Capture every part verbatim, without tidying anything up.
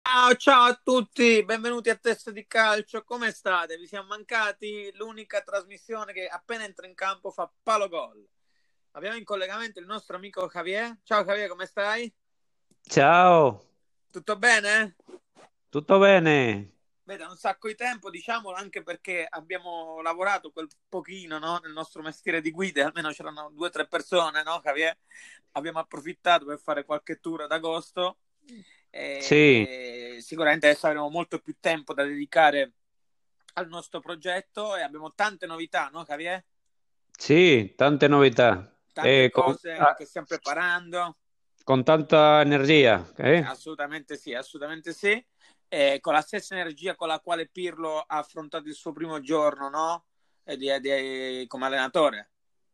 Ciao, ciao a tutti, benvenuti a Testa di Calcio, come state? Vi siamo mancati? L'unica trasmissione che appena entra in campo fa palo gol. Abbiamo in collegamento il nostro amico Javier. Ciao Javier, come stai? Ciao, Tutto bene? tutto bene? Vede, un sacco di tempo, diciamolo, anche perché abbiamo lavorato quel pochino, no, nel nostro mestiere di guida, almeno c'erano due o tre persone, no, Javier? Abbiamo approfittato per fare qualche tour ad agosto Sì, e sicuramente adesso avremo molto più tempo da dedicare al nostro progetto e abbiamo tante novità, no, Javier? sì, tante novità. Tante E con, cose ah, che stiamo preparando. con tanta energia, eh? Assolutamente sì, assolutamente sì. Eh, con la stessa energia con la quale Pirlo ha affrontato il suo primo giorno, no? Eh, di- di- come allenatore.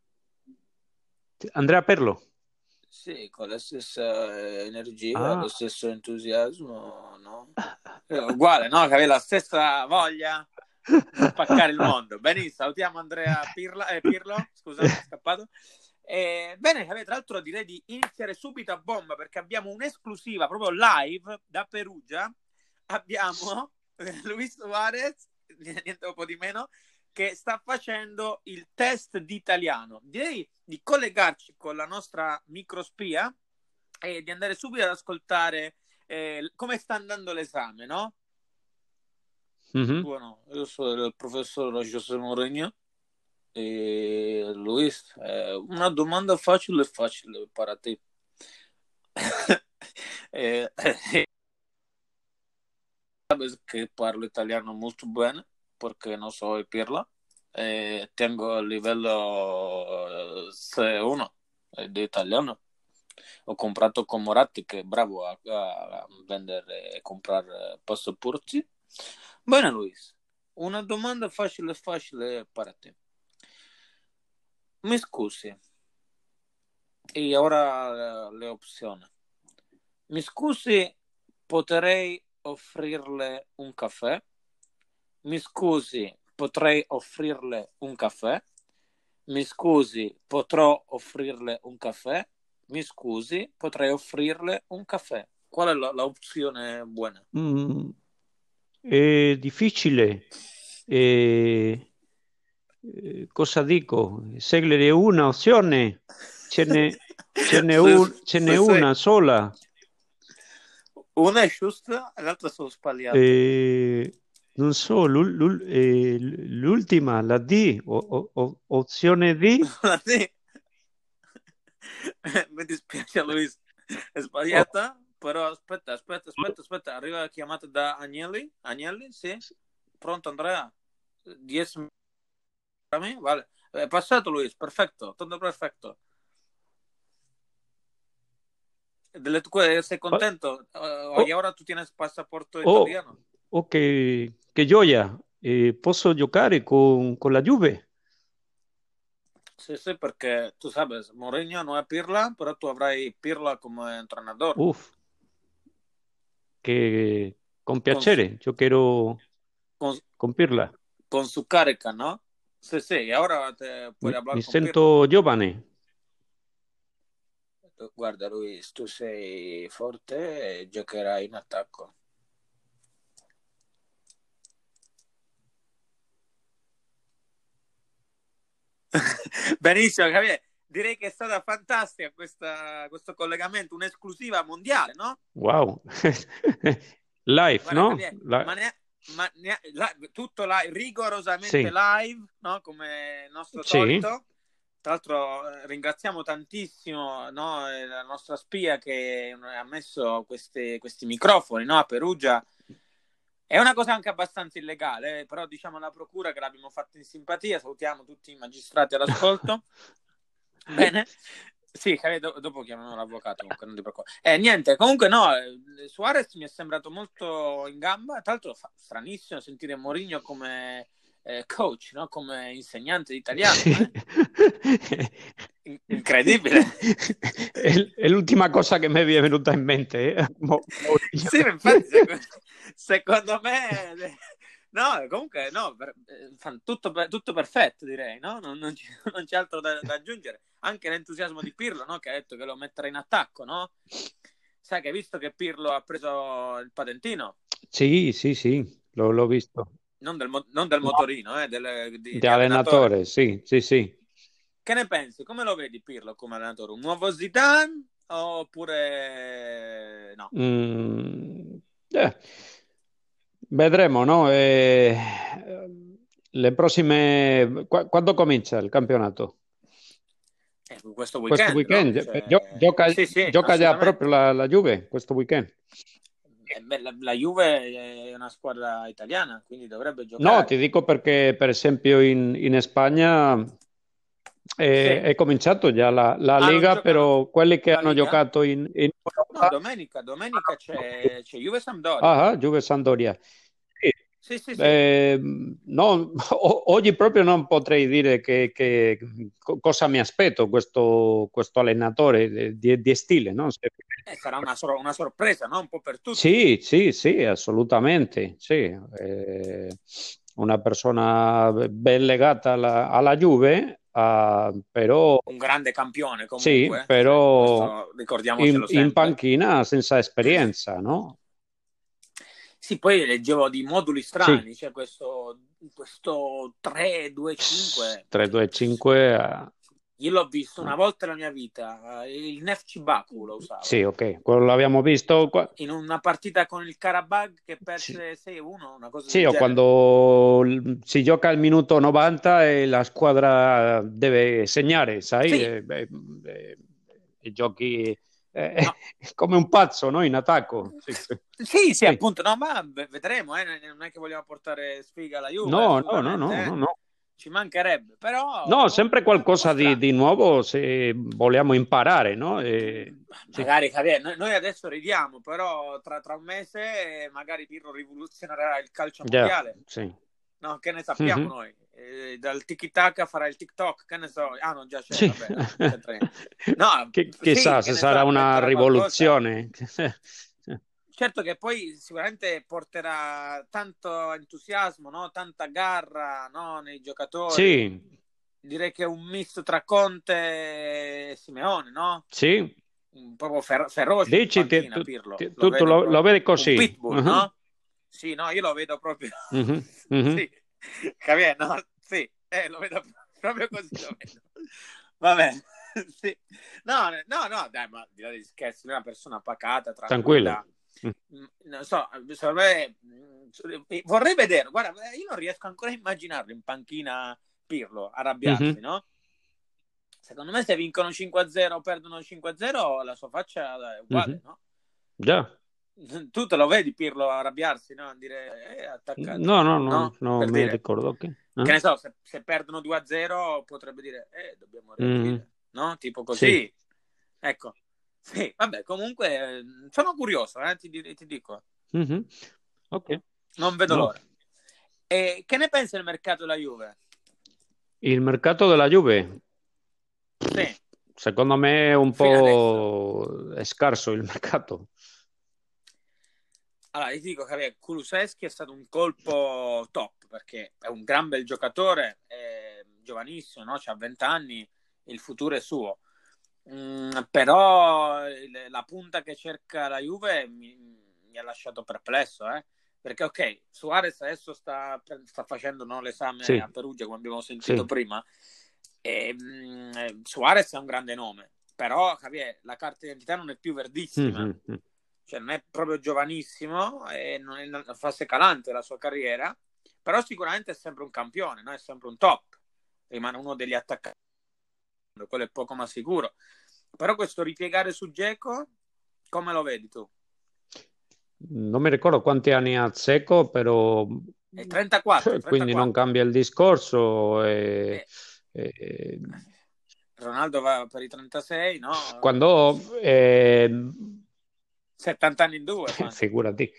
Andrea Perlo. Sì, con la stessa eh, energia, lo Ah, stesso entusiasmo, no? Eh, uguale, no? Che aveva la stessa voglia di spaccare il mondo. Benissimo, salutiamo Andrea Pirla, eh, Pirlo, scusa, mi è scappato. Eh, bene, tra l'altro direi di iniziare subito a bomba perché abbiamo un'esclusiva proprio live da Perugia. Abbiamo Luis Suarez, niente poco di meno, che sta facendo il test di italiano. Direi di collegarci con la nostra microspia e di andare subito ad ascoltare eh, come sta andando l'esame, no? mhm. Bueno, yo soy el profesor José Mourinho y Luis, eh, una domanda facile facile para ti. eh, sabes que parlo italiano molto bene porque no soy pirla. Eh, tengo el livello C uno di italiano. Ho comprato con Moratti che è bravo a, a vendere e comprare passaporti. Bene Luis, una domanda facile facile per te. Mi scusi, e ora le opzioni. Mi scusi, potrei offrirle un caffè? Mi scusi, potrei offrirle un caffè? Mi scusi, potrò offrirle un caffè? Mi scusi, potrei offrirle un caffè. Qual è la- l'opzione buona? Mm, è difficile. Eh, eh, cosa dico? Scegliere una opzione. Ce n'è ce n'è Se, un- ce n'è se, se una sola. una è giusta e l'altra sono sbagliate. Eh, non so, l'ul- l'ul- eh, l'ultima, la D, o- o- o- opzione D. Sì. Mi dispiace Luis, è Oh, sbagliata, però aspetta, aspetta, aspetta, aspetta, arriva la chiamata da Agnelli. Agnelli, sì? Pronto Andrea? dieci minuti para me? Vale. È passato Luis, perfetto, tutto perfetto. Delle tue, sei oh, contento? Uh, oh, y ahora tu tienes pasaporte oh, italiano? oh, che, che gioia! Eh, posso giocare con, con la Juve? Sì, sì, perché tu sabes, Mourinho non è Pirla, però tu avrai Pirla come allenatore. Uf, che con Con su, piacere, io quiero con, compirla. con su carica, ¿no? Sí, sí, y ahora te Mi, puede hablar mi con Pirlo. sento giovane. Guarda Luis, tu sei forte e giocherai in attacco. Benissimo, Javier. Direi che è stata fantastica questa, questo collegamento, un'esclusiva mondiale, no? Wow! Live, Guarda, no? Javier, La- ma, ne, ma ne, la, tutto live, rigorosamente sì, live, no? Come il nostro sì. solito. Tra l'altro eh, ringraziamo tantissimo, no, eh, la nostra spia che ha messo queste- questi microfoni, no, a Perugia. È una cosa anche abbastanza illegale, eh, però diciamo alla procura che l'abbiamo fatta in simpatia. Salutiamo tutti i magistrati all'ascolto. Bene. Sì, do- dopo chiamiamo l'avvocato, comunque non ti preoccupare. Eh, niente, comunque no, eh, Suarez mi è sembrato molto in gamba. Tra l'altro fa stranissimo sentire Mourinho come eh, coach, no? Come insegnante di italiano, Sì. eh? In- incredibile. È, è l'ultima cosa che mi è venuta in mente. eh. Mo- Mourinho. Sì, ma infatti secondo, secondo me no, comunque no, per- eh, fan- tutto, per- tutto perfetto direi, no? Non, non ci- non c'è altro da, da aggiungere. Anche l'entusiasmo di Pirlo, no? Che ha detto che lo metterà in attacco, no? sai che hai visto che Pirlo ha preso il patentino? Sì, sì, sì, l'ho, l'ho visto. Non del, mo- non del No, motorino, eh, del- di, di di allenatore. allenatore, sì, sì, sì. Che ne pensi? Come lo vedi Pirlo come allenatore? Un nuovo Zidane oppure no? Mm, eh, vedremo, no? Eh, le prossime... qua- quando comincia il campionato? Eh, questo Questo weekend, no? weekend? Eh, gio- Cioè, gioca, sì, sì, gioca già proprio assolutamente. la, la Juve questo weekend? Eh, beh, la, la Juve è una squadra italiana, quindi dovrebbe No, ti giocare. dico perché, per esempio, in, in Spagna è, Sì. è cominciato già la, la Ah, non Lega, giocano però quelli che la hanno Liga? giocato in, in No, Europa. domenica, domenica c'è, c'è Juve Sampdoria. Ah, ah, Juve Sampdoria. Sì. Sì, sì, sì. Eh, no, o- oggi proprio non potrei dire che, che- co- cosa mi aspetto questo, questo allenatore di, di stile, no? Se- Eh, sarà una, sor- una sorpresa, no? Un po' per tutti. Sì, sì, sì, assolutamente, sì. Eh, una persona ben legata alla, alla Juve, ah, però Un grande campione sì, comunque, cioè, però questo in, ricordiamocelo in sempre. panchina senza esperienza, no? Sì, poi leggevo di moduli Sì, strani, cioè questo, questo tre due cinque. tre due cinque, ah, Io l'ho visto una no. volta nella mia vita, eh, il Neftchi Baku lo Sì, usava, ok, quello l'abbiamo visto qua. in una partita con il Karabakh che Sì, perse sei a uno, una cosa sì, del o genere. quando l- si gioca al minuto novanta e la squadra deve segnare, sai? Sì, E, beh, eh, e giochi eh, no, come un pazzo, no? In attacco. Sì, sì. sì, sì, Sì. appunto, no, ma v- vedremo, eh, non è che vogliamo portare sfiga alla Juve, No, no, no, assolutamente, no, no, eh. no. Ci mancherebbe, No, però sempre mo- qualcosa di, mostra. di nuovo se vogliamo imparare, no? E- sì, Magari Javier, noi, noi adesso ridiamo, però tra, tra un mese eh, magari Pirlo rivoluzionerà il calcio già, mondiale. sì. No, che ne sappiamo Mhm. noi? Eh, dal tiki-taka farà il TikTok, che ne so? Ah, no, già c'è, Sì. vabbè, no, non c'entra niente. No, Chi- sì, chissà che se ne so, sarà una inventerà qualcosa. rivoluzione. Certo che poi sicuramente porterà tanto entusiasmo, no? Tanta garra, no? Nei giocatori. Sì, Direi che è un misto tra Conte e Simeone, no? sì. Un proprio fer- feroce in Dici, te- panchina, tu, Pirlo. te- Lo tu- tu vedo lo, lo proprio. vedi Un così? pitbull, Mhm, no? Sì, no, io lo vedo proprio. mhm, mhm. Sì, capito? No, sì, eh, lo vedo proprio così, lo vedo. Vabbè, sì. No, no, no, dai, ma di là degli scherzi, lui è una persona pacata, Tranquillo. tranquilla. Mm, non so, secondo me, mm, vorrei vedere, guarda, io non riesco ancora a immaginarlo in panchina Pirlo, arrabbiarsi, Mhm, no? Secondo me se vincono cinque a zero o perdono cinque a zero la sua faccia è uguale, mhm. no? Già. Tu te lo vedi Pirlo arrabbiarsi, no? Dire, eh, attaccato, No, no, no, no? no, Per mi dire, ricordo che... che eh? ne so, se, se perdono due a zero potrebbe dire, eh, dobbiamo Mhm, reagire, no? Tipo sì. così. Ecco. Sì, vabbè, comunque eh, sono curioso, eh, ti, ti dico. Mhm. Ok. Non vedo No. l'ora. E che ne pensi del mercato della Juve? Il mercato della Juve, Sì, secondo me è un fino adesso. po' è scarso il mercato. Allora, io ti dico che Kulusevski è stato un colpo top perché è un gran bel giocatore, è giovanissimo, no? C'ha venti anni, il futuro è suo. Mm, però il- la punta che cerca la Juve mi, mi ha lasciato perplesso, eh? Perché ok, Suarez adesso sta, sta facendo no, l'esame a Sì, Perugia, come abbiamo sentito sì. prima, e, mm, Suarez è un grande nome, però Javier, la carta d'identità non è più verdissima, Mhm, mhm. cioè non è proprio giovanissimo e non è in una fase calante la sua carriera, però sicuramente è sempre un campione, no? È sempre un top, rimane uno degli attaccanti, quello è poco ma sicuro. Però questo ripiegare su Dzeko, come lo vedi tu? Non mi ricordo quanti anni ha Zecco, però È trentaquattro, quindi non trentaquattro. cambia il discorso. E, E e- Ronaldo va per i trentasei, no? quando eh, settanta anni in due fanno. figurati.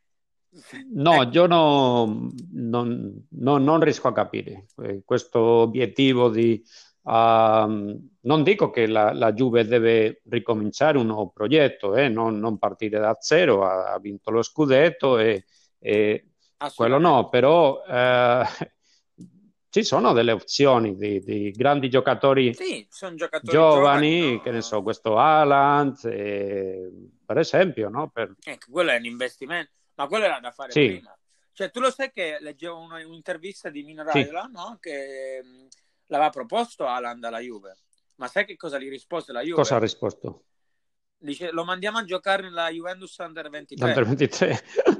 No, Ecco, io no- non, no- non riesco a capire eh, questo obiettivo di... ah, non dico che la, la Juve deve ricominciare un nuovo progetto, eh, non, non partire da zero, ha, ha vinto lo scudetto e, e quello no, assolutamente. però eh, ci sono delle opzioni di, di grandi giocatori Sì, sono giocatori giovani, giovani, che ne no? so, questo Haaland, eh, per esempio, no? Per... Ecco, quello è un investimento, ma quello era da fare Sì, prima. Cioè, tu lo sai che leggevo una- un'intervista di Mino sì, Raiola, no? Che mh, l'aveva proposto Haaland alla Juve. Ma sai che cosa gli rispose la cosa ha Juve? risposto? Dice, lo mandiamo a giocare nella Juventus Under Under ventitré. ventitré.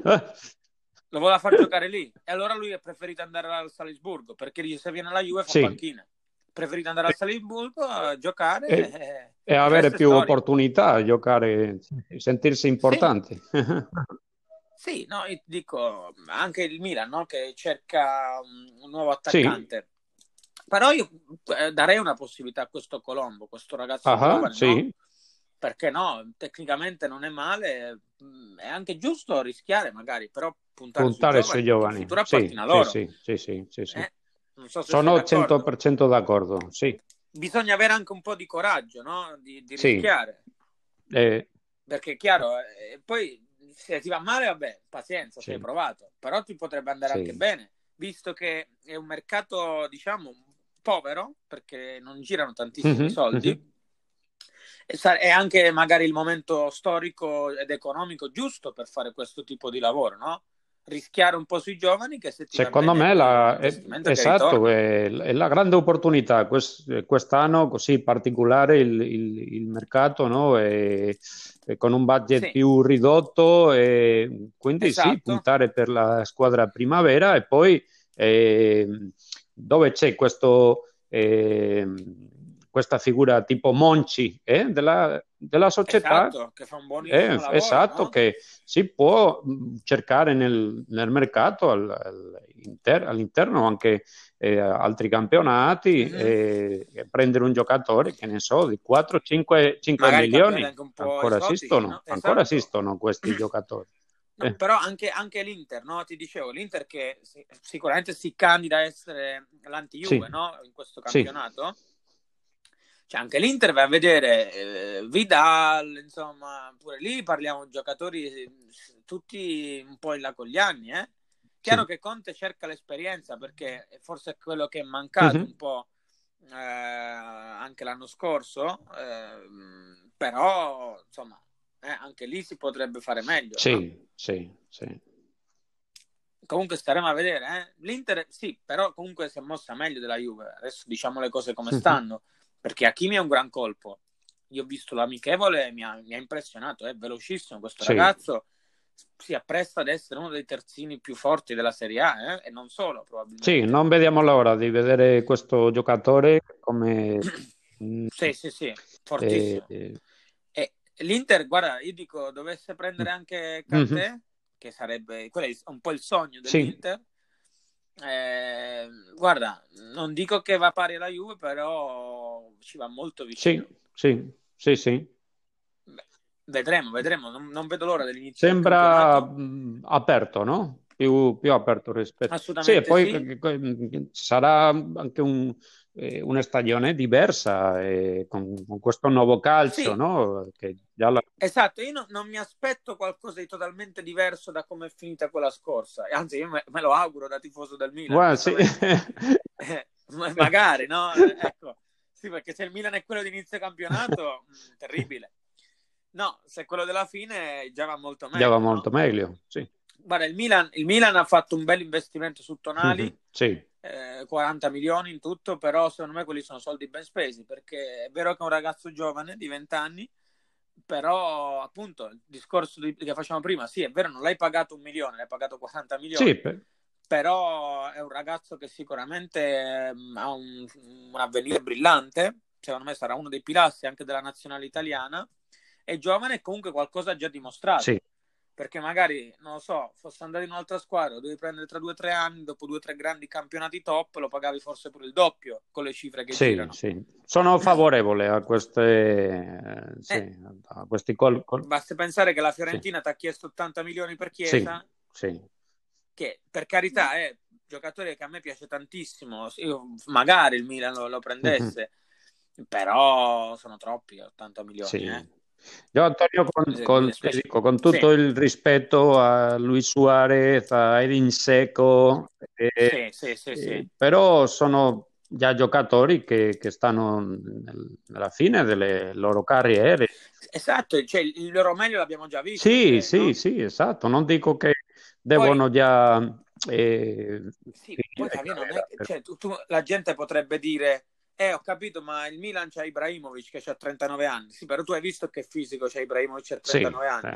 Lo voleva far giocare lì. E allora lui è preferito andare al Salisburgo, perché dice, se viene alla Juve fa Sì, panchina. Preferito andare al e, Salisburgo a giocare e- e e il avere resto è più storia. opportunità a giocare, sentirsi Sì, importanti. sì, no, io ti dico anche il Milan, no, che cerca un, un nuovo Sì, attaccante. Però io eh, darei una possibilità a questo Colombo, questo ragazzo ah, giovane, no? sì, Perché no? Tecnicamente non è male, mh, è anche giusto rischiare magari, però puntare sui puntare sui giovani perché il giovani. futuro Sì, appartiene a sì, loro. sì, sì, sì, sì, sì. Eh? Non so se sei Sono d'accordo. cento per cento d'accordo, sì, Bisogna avere anche un po' di coraggio, no? Di, di sì. rischiare. Eh, Perché è chiaro, eh, poi se ti va male, vabbè, pazienza, ci hai sì, provato, però ti potrebbe andare anche sì. bene, visto che è un mercato, diciamo, povero, perché non girano tantissimi Mhm, soldi, mhm. e sa- è anche magari il momento storico ed economico giusto per fare questo tipo di lavoro, no? Rischiare un po' sui giovani che se ti va Secondo bene me poi è un la, è- investimento che esatto, ritorna. è, è la grande opportunità. Quest- quest'anno così particolare il, il- il mercato, no? E, e con un budget Sì, più ridotto, e quindi sì, esatto, puntare per la squadra primavera e poi eh, dove c'è questo, eh, questa figura tipo Monci eh, della, della società, esatto, che fa un buonissimo eh, lavoro, esatto, no? che si può mh, cercare nel, nel mercato al- al- inter- all'interno anche eh, altri campionati Mhm. e, e prendere un giocatore, che ne so, di quattro cinque, cinque Magari campionati milioni. anche un po' Ancora esotici, esistono, no? ancora Esatto. esistono questi giocatori. No, Eh, però anche, anche l'Inter, no? Ti dicevo, l'Inter che si- sicuramente si candida a essere l'anti-Juve, sì, no? In questo sì. campionato. Cioè, anche l'Inter va a vedere eh, Vidal, insomma, pure lì parliamo di giocatori eh, tutti un po' in là con gli anni, eh? Chiaro Sì. che Conte cerca l'esperienza perché forse è quello che è mancato Mhm. un po' eh, anche l'anno scorso, ehm, però insomma, eh, anche lì si potrebbe fare meglio, no? Sì, sì, sì. Comunque staremo a vedere, eh? L'Inter sì, però comunque si è mossa meglio della Juve. Adesso diciamo le cose come Mhm. stanno, perché Hakimi è un gran colpo. Io ho visto l'amichevole e mi ha, mi ha impressionato, è velocissimo questo Sì. ragazzo, si appresta ad essere uno dei terzini più forti della Serie A, eh? E non solo Sì, probabilmente. non vediamo l'ora di vedere questo giocatore come... mm, Sì, sì, sì, eh, fortissimo. eh, E l'Inter, guarda, io dico, dovesse prendere anche mhm. Kanté, che sarebbe quello è un po' il sogno Sì, dell'Inter. Eh, guarda, non dico che va pari alla Juve, però ci va molto sì, vicino. sì, sì, sì. Beh, vedremo, vedremo. Non, non vedo l'ora dell'inizio del Sembra campionato. mh, aperto, no? Più, più aperto rispetto. Sì, e Assolutamente poi sì. eh, eh, sarà anche un- eh, una stagione diversa eh, con, con questo nuovo calcio, Sì, no? Che già la... esatto. Io no- non mi aspetto qualcosa di totalmente diverso da come è finita quella scorsa. E anzi, io me, me lo auguro da tifoso del Milan, Guarda, sì. onestamente. Eh, ma- magari, no? Eh, Ecco. Sì, perché se il Milan è quello di inizio campionato, mh, terribile. No, se quello della fine già va molto Già va meglio, no? molto meglio, sì. Guarda, il Milan, il Milan ha fatto un bel investimento su Tonali, Mhm, sì, eh, quaranta milioni in tutto, però secondo me quelli sono soldi ben spesi, perché è vero che è un ragazzo giovane di venti anni, però appunto il discorso di, che facciamo prima, sì, è vero, non l'hai pagato un milione, l'hai pagato quaranta sì, milioni, per- però è un ragazzo che sicuramente ehm, ha un, un avvenire brillante, secondo me sarà uno dei pilastri anche della nazionale italiana, è giovane e comunque qualcosa ha già dimostrato, sì, perché magari, non lo so, fosse andato in un'altra squadra, lo devi prendere tra due o tre anni, dopo due o tre grandi campionati top, lo pagavi forse pure il doppio con le cifre che sì, girano. sì. Sono favorevole a queste, eh, sì, Eh, a questi col, col- basta pensare che la sì, Fiorentina ti ha chiesto ottanta milioni per sì, Chiesa, sì. che per carità è un giocatore che a me piace tantissimo, io magari il Milan lo, lo Mhm. prendesse, però sono troppi ottanta milioni, Sì, eh. Io Antonio, con, con- Eh, ti specie- dico, con Sì, tutto il rispetto a Luis Suarez, a Edin Seco, eh, sì, sì, sì, eh, sì. però sono già giocatori che, che stanno nel- nella fine delle loro carriere. Esatto, cioè il loro meglio l'abbiamo già visto, Sì, direi, sì, no? sì, esatto. Non dico che Poi, devono già eh, sì, poi finire Javier, non è carriera. che, per- cioè, tu- tu- la gente potrebbe dire, eh, ho capito, ma il Milan c'ha Ibrahimovic che ha trentanove anni. Sì, però tu hai visto che fisico c'ha Ibrahimovic a Sì, trentanove eh. anni.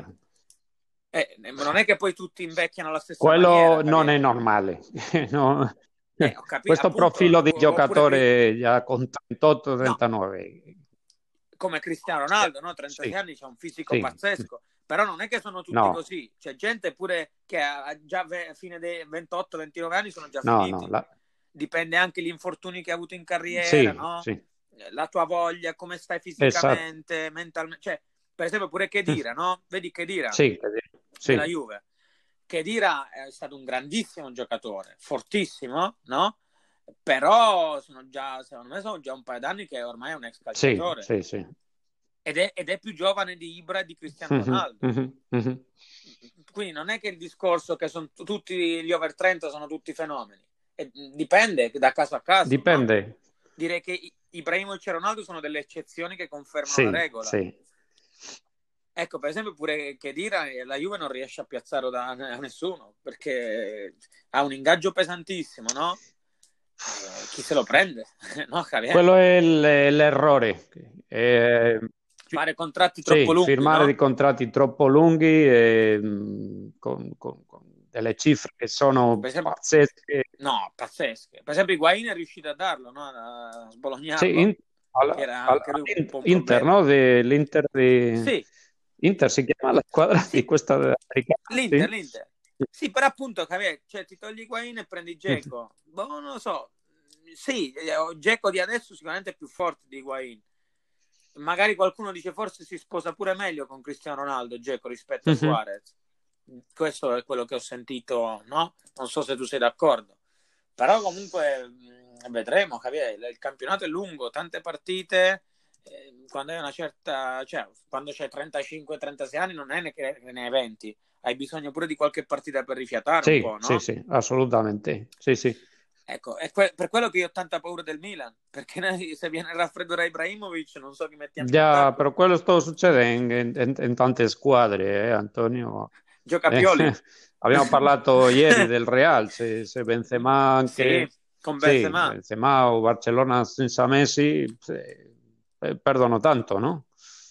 Eh, ma non è che poi tutti invecchiano alla stessa Quello maniera, non Javier. è normale. No. Eh, ho capito, Questo appunto, profilo di oppure Cri- giocatore già con no, trentotto trentanove. come Cristiano Ronaldo, no? trentasei Sì, anni, c'ha un fisico sì, pazzesco. Però non è che sono tutti no, così. C'è gente pure che a già a fine dei ventotto ventinove anni sono già no, no, finiti. la- Dipende anche gli infortuni che hai avuto in carriera, sì, no? sì, La tua voglia, come stai esatto. fisicamente, mentalmente. Cioè, per esempio, pure Khedira, no? Vedi Khedira Sì, della sì, Juve. Khedira è stato un grandissimo giocatore, fortissimo, no? Però sono già, secondo me, sono già un paio d'anni che ormai è un ex sì, calciatore. sì, sì. Ed è, ed è più giovane di Ibra e di Cristiano Mhm, Ronaldo. mhm, mhm. Quindi non è che il discorso che sono t- tutti gli over trenta sono tutti fenomeni. E, dipende da caso a caso, no? Dipende. Direi che I- Ibrahimovic e Ronaldo sono delle eccezioni che confermano la Sì, regola. sì. Ecco, per esempio, pure Khedira la Juve non riesce a piazzarlo da a nessuno perché ha un ingaggio pesantissimo, no? E chi se lo prende? No, Javier? Quello è il- l'errore. Eh, fi- Fare contratti troppo sì, lunghi, firmare dei no? contratti troppo lunghi e, mh, con, con- con delle cifre che Per sono esempio, pazzesche. no, pazzesche. Per esempio, Higuain è riuscito a darlo, no? A Sì, sbolognarlo, in- al- che era al- anche lui un po' un Inter, problema. no? De- L'Inter di... Sì, Inter si chiama la squadra di sì, questa americana, l'Inter, sì? l'Inter. Sì, però appunto, Javier, cioè, ti togli Higuain e prendi Mhm. Dzeko. Boh, non lo so. Sì, Dzeko di adesso sicuramente è più forte di Higuain. Magari qualcuno dice forse si sposa pure meglio con Cristiano Ronaldo Dzeko rispetto a Mhm. Suarez. Questo è quello che ho sentito, no? Non so se tu sei d'accordo. Però comunque mh, vedremo, Javier. Il campionato è lungo, tante partite. Eh, quando hai una certa, cioè, quando c'hai trentacinque trentasei anni non è che ne hai venti, hai bisogno pure di qualche partita per rifiatare un Sì, po', sì, no? sì, assolutamente. Sì, sì. Ecco, è que- per quello che io ho tanta paura del Milan, perché noi, se viene il raffreddore Ibrahimovic non so chi mettiamo in Già, attacco. però quello sta succedendo in, in- in tante squadre, eh, Antonio. Gioca Eh, Pioli. abbiamo parlato ieri del Real, se, se Benzema Sì, anche, con sì, Benzema. Benzema o Barcellona senza Messi, se- eh, perdono tanto, no?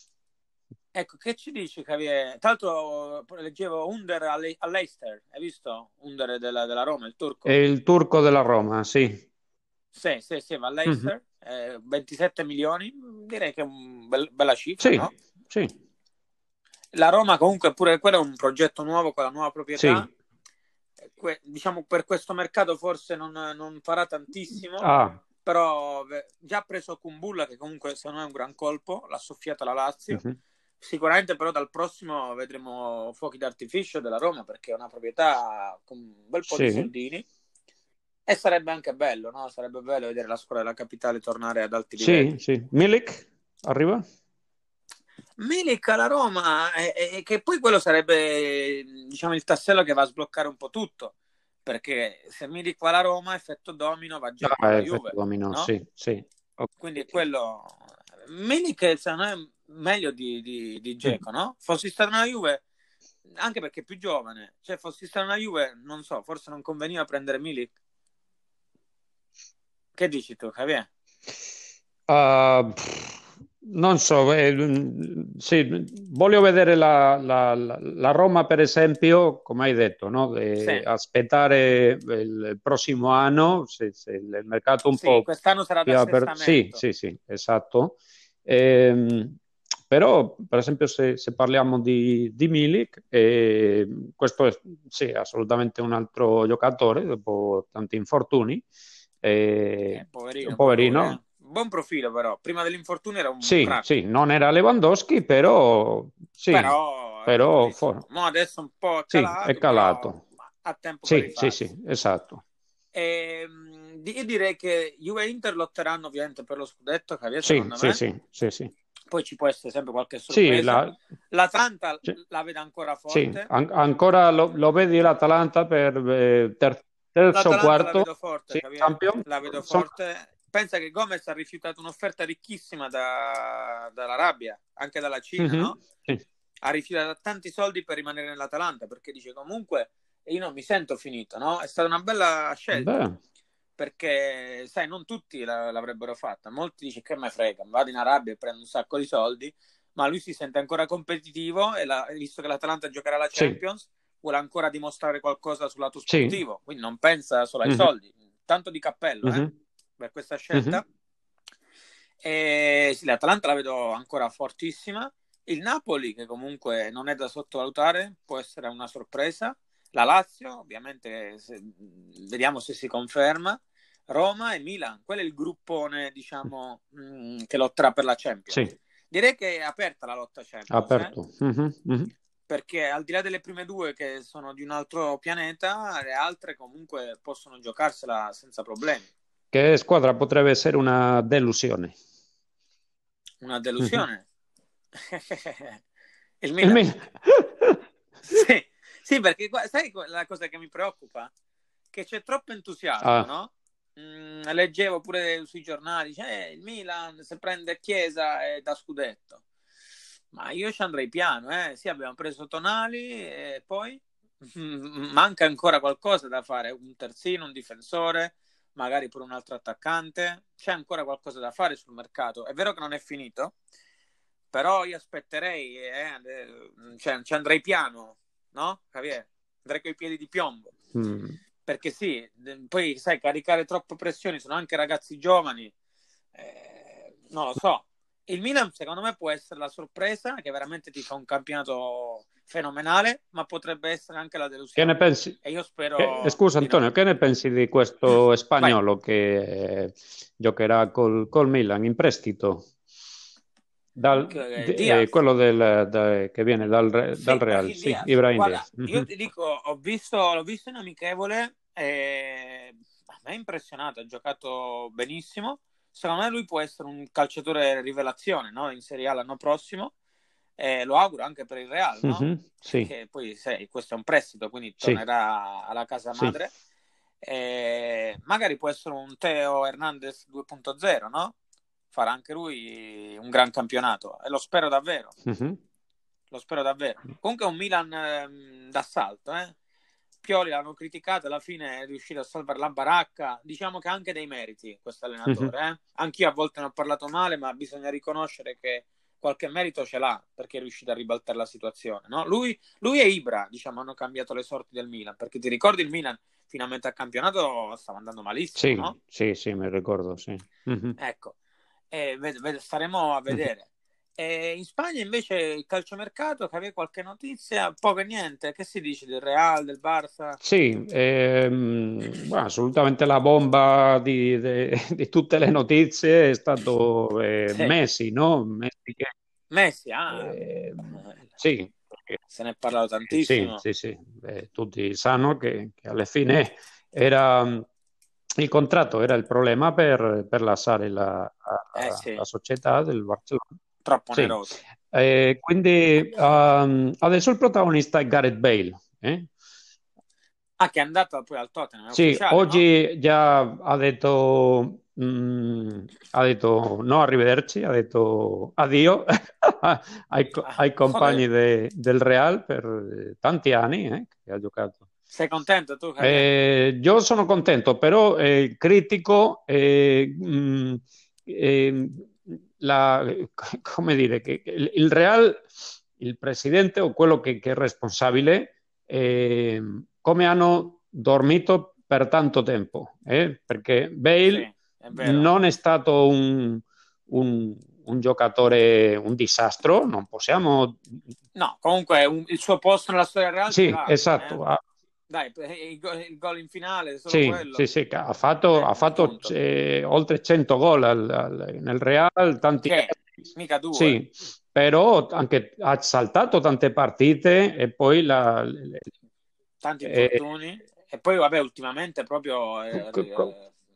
Ecco, che ci dici, Javier? Tra l'altro leggevo Under alle- all'Eister, hai visto? Under della, della Roma, il È turco. il turco della Roma, sì. Sì, sì, sì, va Mhm. all'Eister, eh, ventisette milioni, direi che è una bella cifra, Sì, no? sì, La Roma comunque pure quello è un progetto nuovo con la nuova proprietà. sì. Que- diciamo per questo mercato forse non, non farà tantissimo, Ah, però beh, già ha preso Kumbulla che comunque secondo me è un gran colpo, l'ha soffiata la Lazio. mhm. Sicuramente però dal prossimo vedremo fuochi d'artificio della Roma perché è una proprietà con un bel po' di Sì, soldini e sarebbe anche bello, no? Sarebbe bello vedere la squadra della capitale tornare ad alti sì, livelli. sì. Milik arriva? Milik alla Roma, e, e- che poi quello sarebbe diciamo il tassello che va a sbloccare un po' tutto, perché se Milik va alla Roma, effetto domino va Dzeko Ah, alla effetto Juve, domino, no? sì, sì. Ho Quindi è capito. quello. Milik secondo me è meglio di, di, di Mm. Dzeko, no? Fossi stato nella Juve, anche perché è più giovane, cioè fossi stato nella Juve, non so, forse non conveniva prendere Milik. Che dici tu, Javier? Ah, pff, non so, eh, mm, sì, voglio vedere la, la- la- la Roma, per esempio, come hai detto, no? Sì, Eh, aspettare il prossimo anno, se, se il mercato un sì, po' quest'anno sarà più aperto. Sì, d'assestamento. sì, sì, esatto. Ehm, però, per esempio, se, se parliamo di, di Milik, eh, questo è sì, assolutamente un altro giocatore dopo tanti infortuni. Eh, Eh, poverino pure lui, eh. poverino. Buon profilo però, prima dell'infortunio era un Sì, crack. sì, non era Lewandowski, però sì, Però era però fortissimo. for- Mo adesso un po' è sì, è calato, però calato. ha tempo per Sì, sì, rifarsi. sì, esatto. E, io direi che Juve e Inter lotteranno ovviamente per lo scudetto, Javier, Sì, secondo sì, me. sì, sì, sì. poi ci può essere sempre qualche Sì, sorpresa. la, L'Atalanta sì, la vede ancora sì, forte. an- ancora lo, lo vedi l'Atalanta per eh, ter- terzo o L'Atalanta la quarto? vedo forte, Sì, Javier. Champions? La vedo Sono- forte. Pensa che Gomez ha rifiutato un'offerta ricchissima da, dall'Arabia, anche dalla Cina, Mhm, no? sì. Ha rifiutato tanti soldi per rimanere nell'Atalanta perché dice comunque io non mi sento finito, no? È stata una bella scelta Beh, perché, sai, non tutti la- l'avrebbero fatta. Molti dicono che me frega, vado in Arabia e prendo un sacco di soldi, ma lui si sente ancora competitivo e la- visto che l'Atalanta giocherà la sì, Champions, vuole ancora dimostrare qualcosa sul lato sì. sportivo, quindi non pensa solo ai Mhm, soldi. Tanto di cappello, eh, mhm, per questa mhm. scelta. E sì, l'Atalanta la vedo ancora fortissima. Il Napoli, che comunque non è da sottovalutare, può essere una sorpresa. La Lazio, ovviamente, se- vediamo se si conferma. Roma e Milan, quello è il gruppone, diciamo, mh, che lotterà per la Champions. Sì, Direi che è aperta la lotta Champions, eh? aperto. Mhm, mhm. Perché al di là delle prime due che sono di un altro pianeta, le altre comunque possono giocarsela senza problemi. Che squadra potrebbe essere una delusione? Una Mhm. delusione. Il Il Milan. Milan. Sì, sì, perché qua- sai qual- la cosa che mi preoccupa? Che c'è troppo entusiasmo, Ah, no? Mm, leggevo pure sui giornali, cioè, il Milan se prende Chiesa è da scudetto. Ma io ci andrei piano, eh. Sì, abbiamo preso Tonali e poi mm, manca ancora qualcosa da fare, un terzino, un difensore, magari pure un altro attaccante. C'è ancora qualcosa da fare sul mercato. È vero che non è finito, però io aspetterei, eh, eh, cioè, ci andrei piano, no? Javier? Andrei coi piedi di piombo. mm. Perché sì, poi sai, caricare troppe pressioni, sono anche ragazzi giovani, eh, non lo so. Il Milan secondo me può essere la sorpresa, che veramente ti fa un campionato fenomenale, ma potrebbe essere anche la Che ne delusione. pensi? E io Che- eh, spero scusa di no. Antonio, che ne pensi di questo Vai. spagnolo che eh, giocherà col, col Milan in prestito? Dal- Che- di- eh, Diaz. quello del- da- che viene dal, Re- dal Sì, Real, Brahim sì, Diaz. Ibrahim Guarda, Diaz. io Mhm. ti dico, ho visto, l'ho visto in amichevole e a me è impressionato, ha giocato benissimo. Secondo me lui può essere un calciatore rivelazione, no? In Serie A l'anno prossimo. E lo auguro anche per il Real, no? Mhm, sì, Che poi sai, questo è un prestito, quindi sì, tornerà alla casa sì, madre. E magari può essere un Teo Hernandez due punto zero, no? Farà anche lui un gran campionato e lo spero davvero. mhm, Lo spero davvero. Comunque è un Milan ehm, d'assalto, eh? Pioli l'hanno criticato, alla fine è riuscito a salvare la baracca. Diciamo che ha anche dei meriti questo mhm. allenatore, eh? Anch'io a volte ne ho parlato male, ma bisogna riconoscere che qualche merito ce l'ha perché è riuscito a ribaltare la situazione, no? Lui, lui e Ibra, diciamo, hanno cambiato le sorti del Milan, perché ti ricordi il Milan fino a metà campionato stava andando malissimo, Sì, no? sì, sì, mi ricordo, sì. Mhm, Ecco, e ved- ved- staremo a mhm. vedere. E in Spagna invece il calciomercato, che avevi qualche notizia? Poco e niente. Che si dice del Real, del Barça? Sì, ehm, guarda, assolutamente la bomba di, de- di tutte le notizie è stato eh, Sì, Messi, no? Messi che, Messi, ah, eh, eh, sì, perché- se ne è parlato eh, sì, tantissimo. sì, sì, eh, tutti sanno che, che alla fine era il contratto era il problema per, per lasciare la, Eh la- sì, la società del Barcellona. troppo Sì. oneroso. Eh, quindi ehm, adesso il protagonista è Gareth Bale. eh? Ah, che è andato poi al Tottenham, è Sì, ufficiale, no? oggi già ha detto, mm, ha detto no, arrivederci, ha detto addio ai, co- Ah, ai compagni joder. de- del Real per eh, tanti anni eh, che ha giocato. Sei contento tu, Javier? Eh, io sono contento, però eh, critico eh, mh, eh, la- come dire, che il il Real, il presidente o quello che, che è responsabile, eh, come hanno dormito per tanto tempo, eh? Perché Sì, Bale è vero. non è stato un, un- un giocatore, un disastro, non possiamo... No, comunque un- il suo posto nella storia real ce Sì, l'ha. Eh? esatto, ha, Dai, il, go- il gol in finale, solo sì, sì, quello. sì, ha fatto, Eh, ha fatto appunto. eh, oltre cento gol al- al- nel Real, tanti Che? Mica due. sì, però anche ha saltato tante partite e poi la, le- Tanti eh, infortuni. E poi, vabbè, ultimamente proprio co- eh, co- co- eh,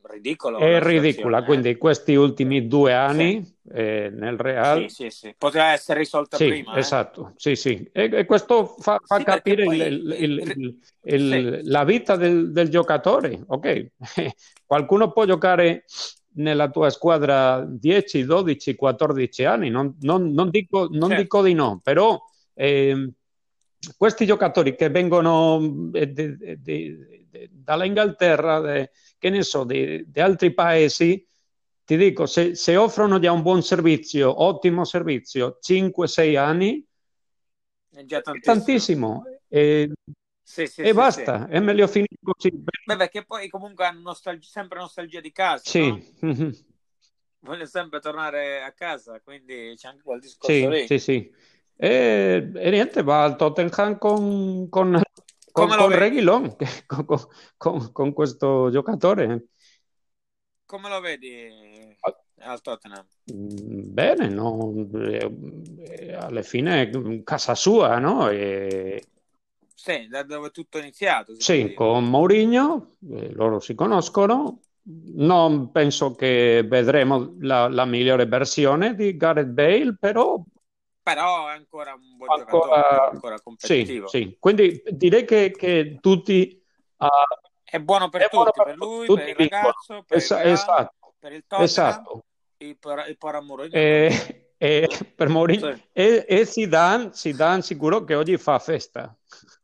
ridicolo è la ridicola, situazione. quindi questi ultimi due anni Sì, eh, nel Real. sì, sì, sì. Poteva essere risolta Sì, prima, eh? esatto, sì, sì. E, e questo fa, fa Sì, perché capire il- poi... il- il- il- il- il- sì, il- la vita del, del giocatore. Ok, qualcuno può giocare nella tua squadra dieci, dodici, quattordici anni, non, non- non dico, non dico certo. di no, però ehm, questi giocatori che vengono eh, de- de- de- de- dall'Inghilterra, de- che ne so, di di altri paesi, ti dico, se, se offrono già un buon servizio, ottimo servizio, cinque sei anni, È già è tantissimo. tantissimo e, Sì, sì, e sì, sì. basta, è meglio finire così. Beh, perché poi comunque hanno nostalgia, sempre nostalgia di casa, no? Sì, mhm. Voglio sempre tornare a casa, quindi c'è anche quel discorso Sì, lì. sì, sì. E, e niente, va al Tottenham con, con, con, Come lo con vedi? Reguilón, con, con- con- con questo giocatore. Come lo vedi al Tottenham? Mm, Bene, no? Eh, eh, alla fine è casa sua, no? E, Sì, da dove tutto è iniziato, si può sì, dire. con Mourinho, eh, loro si conoscono. Non penso che vedremo la, la migliore versione di Gareth Bale, però Però è ancora un buon giocatore, è ancora ancora sì, competitivo. sì. Quindi direi che, che tutti ah, È buono è per buono tutti, per per tutti, lui, per tutti il vincono. ragazzo, per il Esa- Real, esatto, per il Tottenham esatto. e per, e per Mourinho también. E, e per Mourinho Sì. e, e Zidane, Zidane sicuro che oggi fa festa.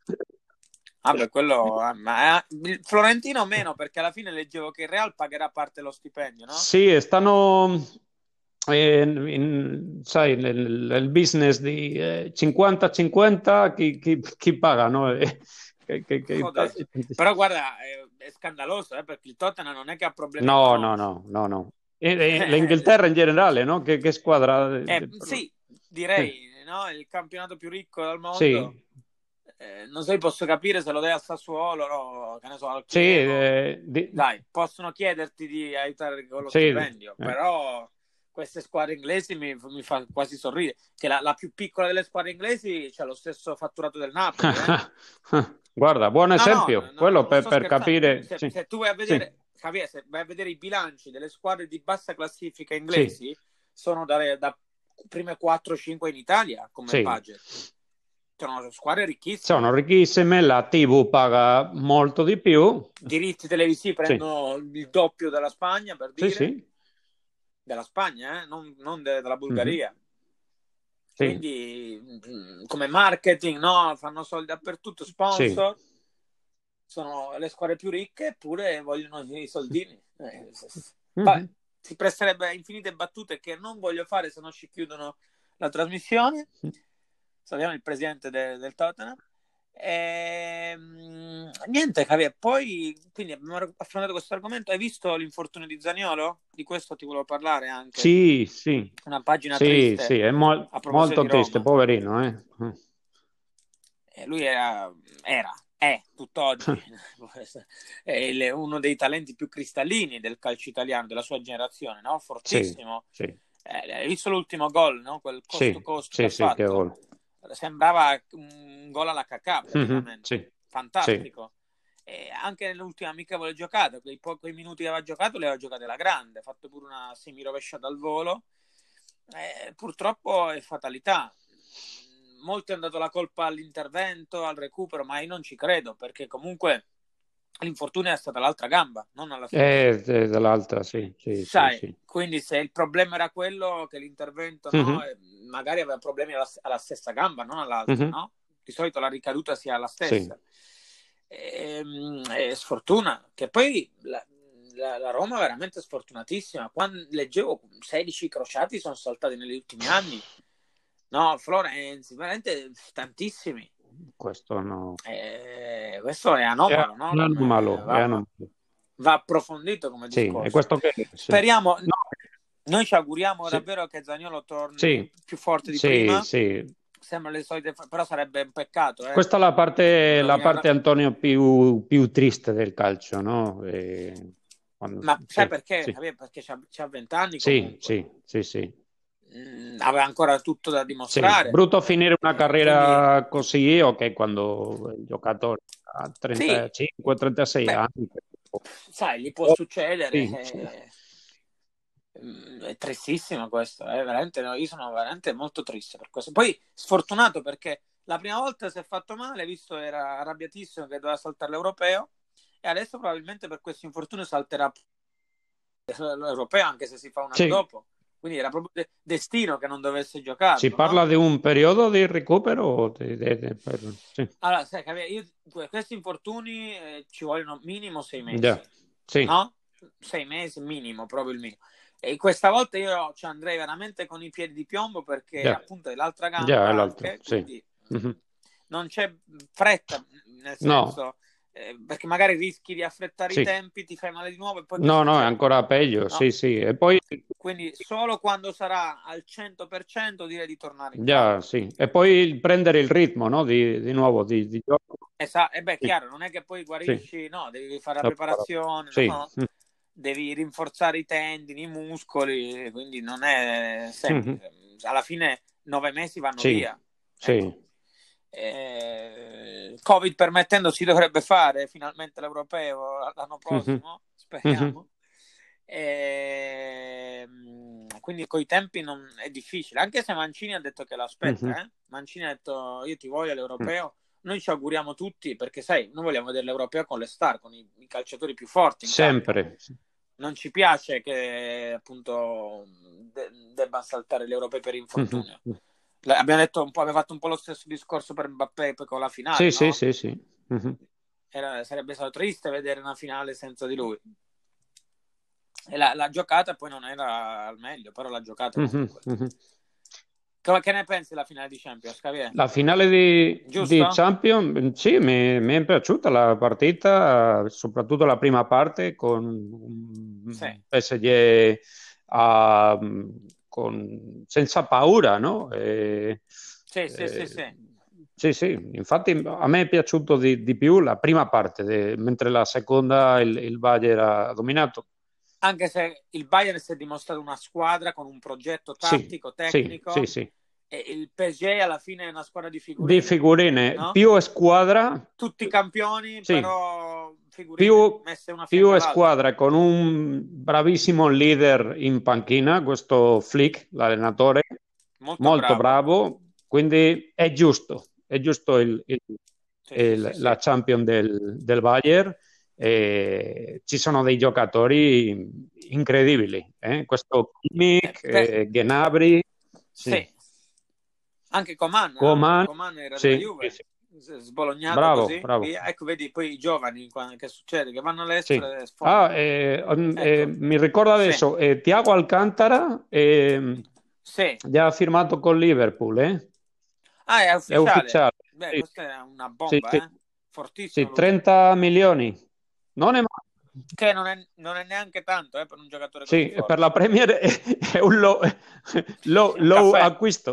Vabbè, quello... eh, ma, eh, il Florentino meno, perché alla fine leggevo che il Real pagherà parte dello stipendio, no? Sì, stanno eh, in- sai, nel, nel business di eh, cinquanta cinquanta chi, chi, chi paga, no? Eh, che- che- che- Joder. Però guarda, è, è scandaloso, eh, perché il Tottenham non è che ha problemi No, no, economici. no, no, no. E, e l'Inghilterra in generale, no? Che, che squadra? Eh, eh, sì, eh, direi, no? Il campionato più ricco del mondo. Sì, Eh, non so, posso capire se lo dai al Sassuolo, no? Che ne so, al sì, Chievo. eh, di- Dai, possono chiederti di aiutare con lo sì, stipendio, eh. però queste squadre inglesi mi, mi fa quasi sorridere. Che la, la più piccola delle squadre inglesi c'ha lo stesso fatturato del Napoli, eh? Guarda, buon No, no, esempio, no, quello non per, sto per scherzando. capire. Se, Sì, se tu vai a sì, vedere, Javier, se vai a vedere i bilanci delle squadre di bassa classifica sì, inglesi, sono da, da prime quattro cinque in Italia come sì. budget. Sono squadre ricchissime. Sono ricchissime, la T V paga molto di più. Diritti televisivi Sì, prendono il doppio della Spagna, per sì, dire. sì. Della Spagna, eh? non, non de- della Mhm. Bulgaria. Sì, Quindi, mh, come marketing, no? Fanno soldi dappertutto, sì. sponsor. Sono le squadre più ricche, eppure vogliono i soldini. Eh, vabbè, Mhm. si presterebbe a infinite battute che non voglio fare, se no ci chiudono la trasmissione. Salutiamo il presidente de- del Tottenham. E, mh, niente, Javier, poi quindi abbiamo affrontato questo argomento. Hai visto l'infortunio di Zaniolo? Di questo ti volevo parlare anche. Sì, sì, Una pagina sì, triste sì, è mo- a proposito molto di triste, Roma. poverino, eh. E lui era, era, è tutt'oggi è il- uno dei talenti più cristallini del calcio italiano, della sua generazione, no? Sì, Fortissimo. sì, Eh, hai visto l'ultimo gol, no? Quel sì, costo-costo che sì, ha sì, che fatto? gol. Sembrava un gol alla Cacà Mhm, praticamente. sì, sì, Fantastico. E anche nell'ultima amichevole giocata, quei pochi minuti che aveva giocato, le aveva giocate alla grande, ha fatto pure una semirovesciata al volo. Eh, purtroppo è fatalità. Molti hanno dato la colpa all'intervento, al recupero, ma io non ci credo, perché comunque l'infortunio è stata l'altra gamba, non alla sinistra. eh, eh, dall'altra, sì, sì, sì, Sai, sì. quindi se il problema era quello che l'intervento, no, Mhm, magari aveva problemi alla, alla stessa gamba, non all'altra, mhm, no? Di solito la ricaduta sia la sì. stessa. E, e sfortuna, che poi la, la, la Roma è veramente sfortunatissima. Quando leggevo sedici crociati sono saltati negli ultimi anni. No, Florenzi, veramente tantissimi. Questo no. Eh, questo è È anomalo, no? un Come anomalo, è va, va, anomalo. va approfondito come Sì, è discorso. questo che... Sì. Speriamo, No, noi ci auguriamo sì, davvero che Zaniolo torni sì, più forte di sì, prima. sì. Sembra le solite, però sarebbe un peccato, eh? Questa è la parte, la Rovina- parte Antonio, più, più triste del calcio, no? E quando- Ma sai sì, perché? sì, Perché c'ha venti anni sì, comunque. sì, sì, sì. Mm, aveva ancora tutto da Sì, dimostrare. brutto finire una Eh, quindi, carriera così, ok, quando il giocatore ha sì, trentacinque trentasei beh, anni, sai, gli può succedere. Sì, sì. eh, È tristissimo questo, è veramente, no, io sono veramente molto triste per questo. Poi sfortunato perché la prima volta si è fatto male, visto era arrabbiatissimo che doveva saltare l'europeo, e adesso probabilmente per questo infortunio salterà l'europeo anche se si fa un anno Sì. dopo. Quindi era proprio de- destino che non dovesse giocarlo, Si parla no? di un periodo di recupero? o di- di- di- per- sì. Allora, sai, capi- io, questi infortuni eh, ci vogliono minimo sei Già, mesi, sì, no? Sei mesi minimo, proprio il minimo. E questa volta io ci andrei veramente con i piedi di piombo perché già, appunto è l'altra già è gamba l'altro, anche, sì. quindi Mhm. non c'è fretta, nel No, senso, eh, perché magari rischi di affrettare i sì. tempi, ti fai male di nuovo e poi che No, no, è succede? ancora peggio, No? sì, sì. E poi, Quindi solo quando sarà al cento per cento direi di tornare in già, campo. sì. E poi prendere il ritmo, no? Di, di nuovo, di, di gioco. Esatto, e beh, Sì, chiaro, non è che poi sì. guarisci, no, devi fare la preparazione, Sì. no? Devi rinforzare i tendini, i muscoli, quindi non è Mhm. semplice. Alla fine nove mesi vanno Sì, via. Ecco. sì. Eh, Covid permettendo si dovrebbe fare finalmente l'europeo l'anno Mhm. prossimo, Mhm. speriamo. E, quindi coi tempi non, è difficile, anche se Mancini ha detto che l'aspetta. Mhm. Eh? Mancini ha detto io ti voglio all'europeo. Noi ci auguriamo tutti perché sai, noi vogliamo vedere l'europeo con le star, con i, i calciatori più forti in campo. Sempre. Non ci piace che appunto de- debba saltare l'europeo per infortunio. Mhm. Abbiamo detto un po', abbiamo fatto un po' lo stesso discorso per Mbappé poi con la finale, Sì, sì, no? sì, sì. Mhm. Era, sarebbe stato triste vedere una finale senza di lui. E la, la giocata poi non era al meglio, però la giocata Mhm. comunque. Mhm. Che, che ne pensi della finale di Champions, Javier? La finale di, di Giusto? Champions, sì, mi, mi è piaciuta la partita, soprattutto la prima parte con Sì, un P S G a- con- senza paura, no? E- sì, sì, sì, e- sì. sì, sì, infatti a me è piaciuto di, di più la prima parte, de- mentre la seconda il, il Bayern ha dominato. Anche se il Bayern si è dimostrato una squadra con un progetto Sì, tattico, sì, sì, tecnico, sì. e il P S G alla fine è una squadra di Di figurine, figurine, no? più squadra, Tutti campioni, sì, però figurine più, messe una a fianco più all'altra. squadra con un bravissimo leader in panchina, questo Flick, l'allenatore, Molto molto bravo. bravo, quindi è giusto, è giusto il, il- Sì, sì, il- sì, la sì. Champion del, del Bayern. E ci sono dei giocatori incredibili, eh? Questo Eh, Kimmich, per- eh, Gnabry, sì. Sì. Anche Coman, no? Coman, Coman era della sì, sì, Juve, sì. s- sbolognato Bravo, così, bravo. via. Ecco, vedi poi i giovani, qua- che succede? Che vanno all'estero Sì. e Ah, sfondano. eh, mm, eh, Ecco, mi ricordo sì, adesso, eh, Thiago Alcantara eh, sì. già ha firmato con Liverpool, eh? Ah, è È ufficiale. ufficiale. Beh, Sì, questa è una sì, sì, bomba, eh? Fortissimo sì, lui. trenta milioni. Non è male. Che non è, non è neanche tanto, eh, per un giocatore così Sì, per forte. la Premier è, è un low, low- È un low caffè. acquisto.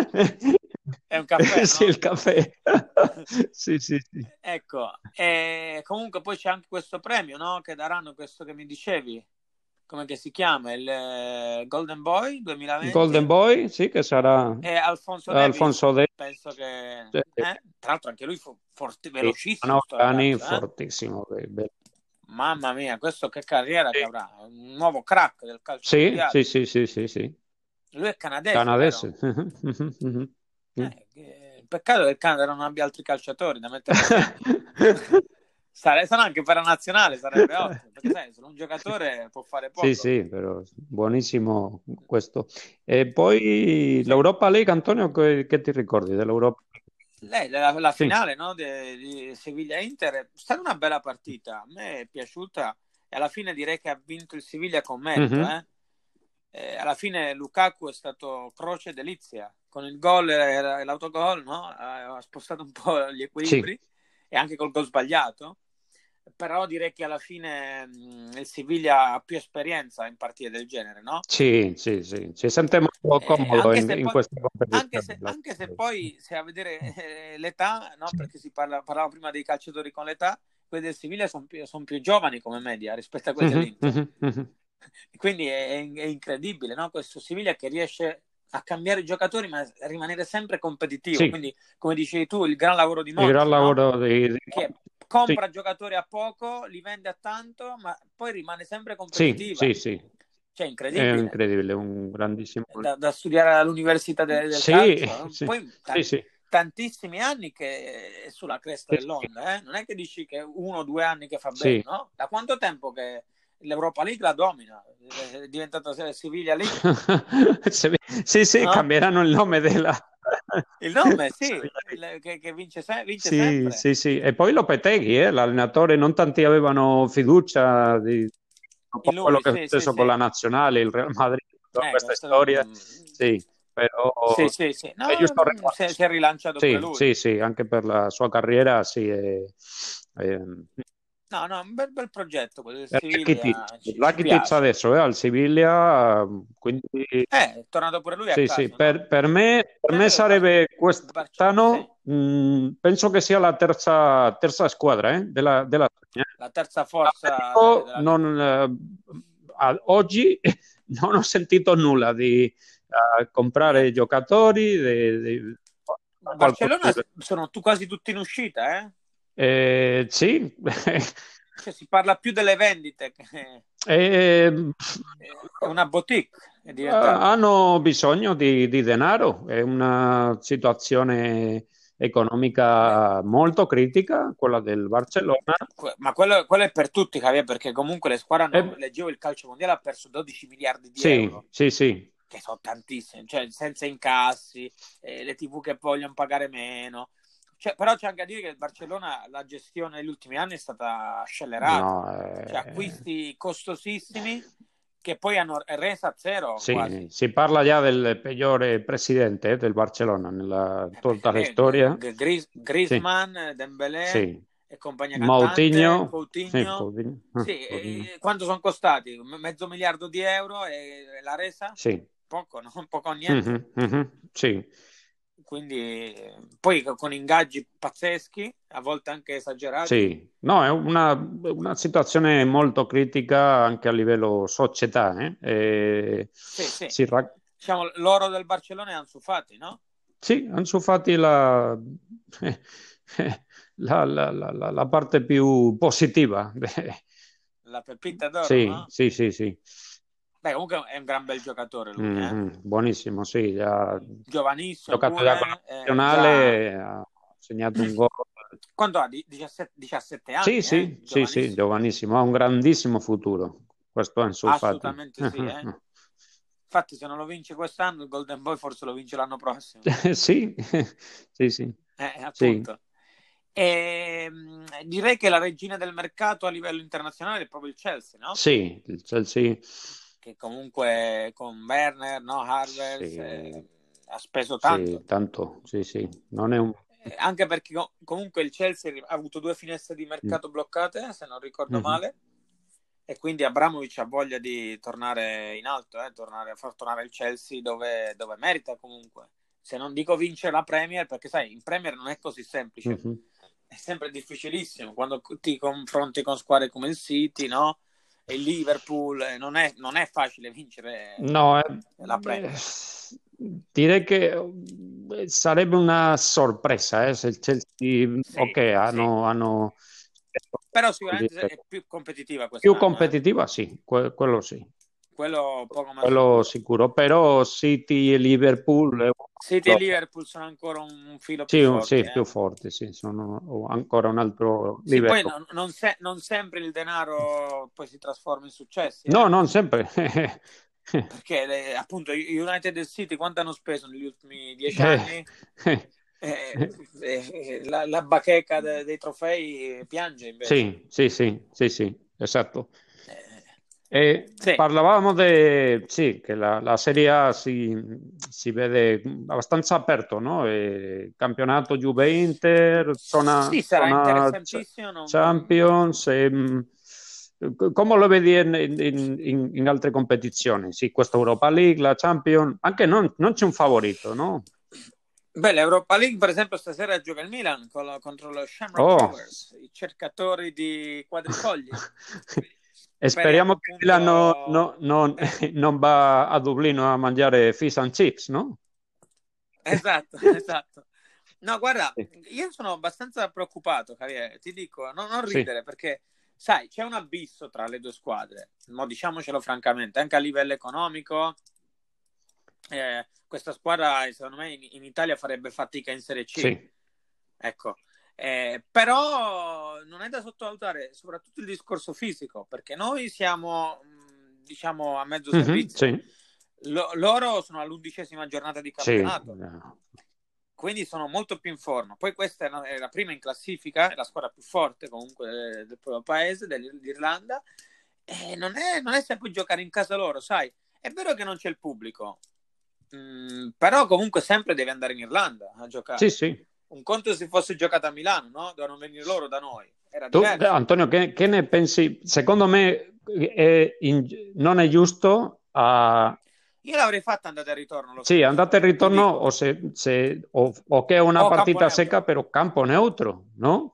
È un caffè, Sì, no? il caffè. Sì, sì, sì. Ecco, e comunque poi c'è anche questo premio, no? Che daranno questo che mi dicevi, come che si chiama? Il eh, Golden Boy Golden duemilaventi Boy, sì, che sarà e Alfonso Davis, Alfonso De. penso che... Sì, eh? Tra l'altro anche lui fu forte, sì, velocissimo nove sto anni, ragazzo, eh? fortissimo. Che bello. Mamma mia, questo che carriera che Sì, avrà, un nuovo crack del calcio sì, sì, mondiale. sì, sì, sì, sì. Lui è canadese, vero? Canadese. Mhm, mhm, mhm. Eh, che- peccato che il Canada non abbia altri calciatori da mettere assieme. Sare- se no anche per la nazionale sarebbe ottimo, perché sai, se un giocatore può fare Sì, poco. sì, però buonissimo questo. E poi Sì. l'Europa League, Antonio, che, che ti ricordi dell'Europa? Lei, la, la Sì. finale, no, de- di Seviglia-Inter è stata una bella partita, a me è piaciuta e alla fine direi che ha vinto il Siviglia con merito. Mhm. Eh. Eh, alla fine Lukaku è stato croce e delizia, con il gol e l'autogol, no? Ha ha spostato un po' gli Sì, equilibri e anche col gol sbagliato. Però direi che alla fine mh, il Siviglia ha più esperienza in partite del genere, no? sì, sì, sì. Si sente molto Eh, comodo anche in, se in poi, questa anche competizione. se, la- anche se poi, se a vedere eh, l'età, no? Perché si parla, parlavamo prima dei calciatori con l'età, quelli del Siviglia sono più, son più giovani come media rispetto a quelli Mhm, dell'Inter. mhm, mhm. Quindi è, è incredibile, no? Questo Siviglia che riesce a cambiare i giocatori ma a rimanere sempre competitivo. Sì, Quindi, come dicevi tu, il gran lavoro di il gran Monchi, no? lavoro di, di- Che Sì, compra giocatori a poco, li vende a tanto, ma poi rimane sempre sì, competitiva. sì, sì, Cioè, è incredibile. incredibile, un grandissimo... Da, da studiare all'università de- del Sì, calcio. eh. sì, Poi sì, tan- sì, tantissimi anni che è sulla cresta sì, sì, dell'onda. Eh? Non è che dici che uno o due anni che fa bene, sì. no? Da quanto tempo che l'Europa League la domina? È diventata Siviglia League, Se- Sì, sì, no? cambieranno il nome della... Il nome, sì, Sevilla League. il- che, che vince, se- vince Sì, sempre. sì, sì. E poi Lopetegui, eh, l'allenatore, non tanti avevano fiducia di dopo In quello lui, che è sì, sì, successo con la sì. nazionale, il Real Madrid, tutta Eh, questa questo, storia. mm, Sì, però sì, sì, sì. è No, giusto mm, si è, si è riconoscere. rilanciato pure Sì, lui. sì, sì, anche per la sua carriera, sì. È, è, No, no, un bel, bel progetto quello del è Rakitic. Siviglia, ci, ci Rakitic piace. adesso è al Siviglia, quindi Eh, è tornato pure lui a sì, sì, casa, no? per, per me, per me Credo che il, Bar- sarebbe il Barce- sì, quest'anno, mh, penso che sia la terza, terza squadra eh, della, della Spagna. la terza forza de- Atletico della Liga. non, eh, a- oggi non ho sentito nulla di eh, comprare Niente. giocatori, di, di- qualcosa Barcellona di- s- sono tu quasi tutti in uscita, eh? Eh, sì, Cioè, si parla più delle vendite, che Eh, è una boutique, è diventata. hanno bisogno di, di denaro, è una situazione Beh, economica molto critica, quella del Barcellona. que- ma quello, quello è per tutti, Javier, perché comunque le squadre hanno, Eh, leggevo il calcio mondiale ha perso dodici miliardi di sì, euro, sì, sì, che sono tantissime, cioè senza incassi, eh, le T V che vogliono pagare meno. Cioè, però c'è anche a dire che il Barcellona, la gestione negli ultimi anni è stata scellerata, no, cioè eh, acquisti costosissimi che poi hanno reso a zero sì, quasi. si parla già del peggiore presidente eh, del Barcellona nella Eh beh, tutta la lei, storia. G- Gris- Sì, Griezmann, Dembélé sì. e compagnia cantante, Moutinho, sì, Coutinho. Coutinho, ah, Sì, Coutinho. e quanto sono costati? M- Mezzo miliardo di euro e la resa? Sì. Poco, no? Poco o niente. Mhm, mhm, sì. Quindi, eh, poi con ingaggi pazzeschi, a volte anche esagerati. Sì, no, è una, una situazione molto critica anche a livello società. Eh? E Sì, sì. si ra- Diciamo, l'oro del Barcellona è Ansu Fati, no? sì, Ansu Fati la, la, la- la- la- la parte più positiva. La pepita d'oro, Sì, no? sì, sì, sì. Beh, comunque è un gran bel giocatore lui, eh? Mhm, buonissimo, sì, ha Giovanissimo giocato già con la pure, eh, già. nazionale, ha segnato un gol. Quanto ha? Di- diciassette, diciassette Sì, anni, eh? sì, sì, sì, Giovanissimo. giovanissimo, ha un grandissimo futuro, questo Ansu Fati. Assolutamente sì, eh? Infatti se non lo vince quest'anno il Golden Boy forse lo vince l'anno prossimo. Sì, sì, sì, Eh, sì, appunto. E, mh, direi che la regina del mercato a livello internazionale è proprio il Chelsea, no? sì, il Chelsea, Che comunque con Werner, no? Harvers, sì, eh, ha speso sì, tanto. tanto, sì, sì, non è un... Eh, anche perché co- comunque il Chelsea ha avuto due finestre di Mm. mercato bloccate, se non ricordo Mhm. male, e quindi Abramovic ha voglia di tornare in alto, eh, tornare a far tornare il Chelsea dove, dove merita comunque. Se non dico vincere la Premier, perché sai, in Premier non è così semplice, Mhm. è sempre difficilissimo quando ti confronti con squadre come il City, no? E il Liverpool, eh, non è, non è facile vincere No, eh, la beh, Premier. direi che eh, sarebbe una sorpresa eh, se il Chelsea, ok, Sì, sì. hanno, hanno Però soldi, sicuramente è ecco. più competitiva Più quest'anno, eh? competitiva, sì, que- quello sì, Quello poco ma quello sicuro. sicuro, però City e Liverpool, eh, City e lo- Liverpool sono ancora un, un filo più sì, un- forti, sì, più eh? forti, sì, sono ancora un altro Sì, poi livello. non, non se- non sempre il denaro poi si trasforma in successi, No, eh? non sempre. Perché le- appunto United e City quanto hanno speso negli ultimi dieci Eh, anni? eh, Eh, eh, eh, la, la bacheca de- dei trofei piange invece. sì, sì, sì, sì, sì, esatto. Eh, E sì, parlavamo di, sì, che la, la Serie A si, si vede abbastanza aperto, no? E campionato Juve-Inter, zona, sì, sarà zona Ch- interessantissimo. Non, non- Champions. E, mh, come lo vedi in, in- in- in altre competizioni? Sì, questa Europa League, la Champions, anche non, non c'è un favorito, no? Beh, l'Europa League, per esempio, stasera gioca il Milan con lo- contro lo Shamrock Oh. Rovers, i cercatori di quadrifogli. E Speriamo speriamo che Milan no- no- appunto. non, eh, non va a Dublino a mangiare fish and chips, no? esatto, esatto. No, guarda, Sì, io sono abbastanza preoccupato, Javier, ti dico, no- non sì, ridere perché, sai, c'è un abisso tra le due squadre, ma diciamocelo francamente, anche a livello economico, eh, questa squadra, secondo me, in, in Italia farebbe fatica in Serie C. sì. Ecco, eh, però non è da sottovalutare soprattutto il discorso fisico, perché noi siamo, mh, diciamo, a mezzo Mhm, servizio. sì, Lo- loro sono all'undicesima giornata di sì. campionato, quindi sono molto più in forma. Poi questa è la, è la prima in classifica, è la squadra più forte comunque del, del proprio paese, dell'Irlanda, e non è, non è sempre giocare in casa loro, sai. È vero che non c'è il pubblico, mh, però comunque sempre devi andare in Irlanda a Sì, giocare. sì. Un conto se fosse giocato a Milano, no? Dovevano venire loro da noi, era Tu, diverso. Antonio, che, che ne pensi? Secondo me è in- non è giusto a... Io l'avrei fatta andata e ritorno lo Sì, stesso, andate e ti ritorno dico. o, se, se- o- o che è una O campo partita secca neutro, però campo neutro, no?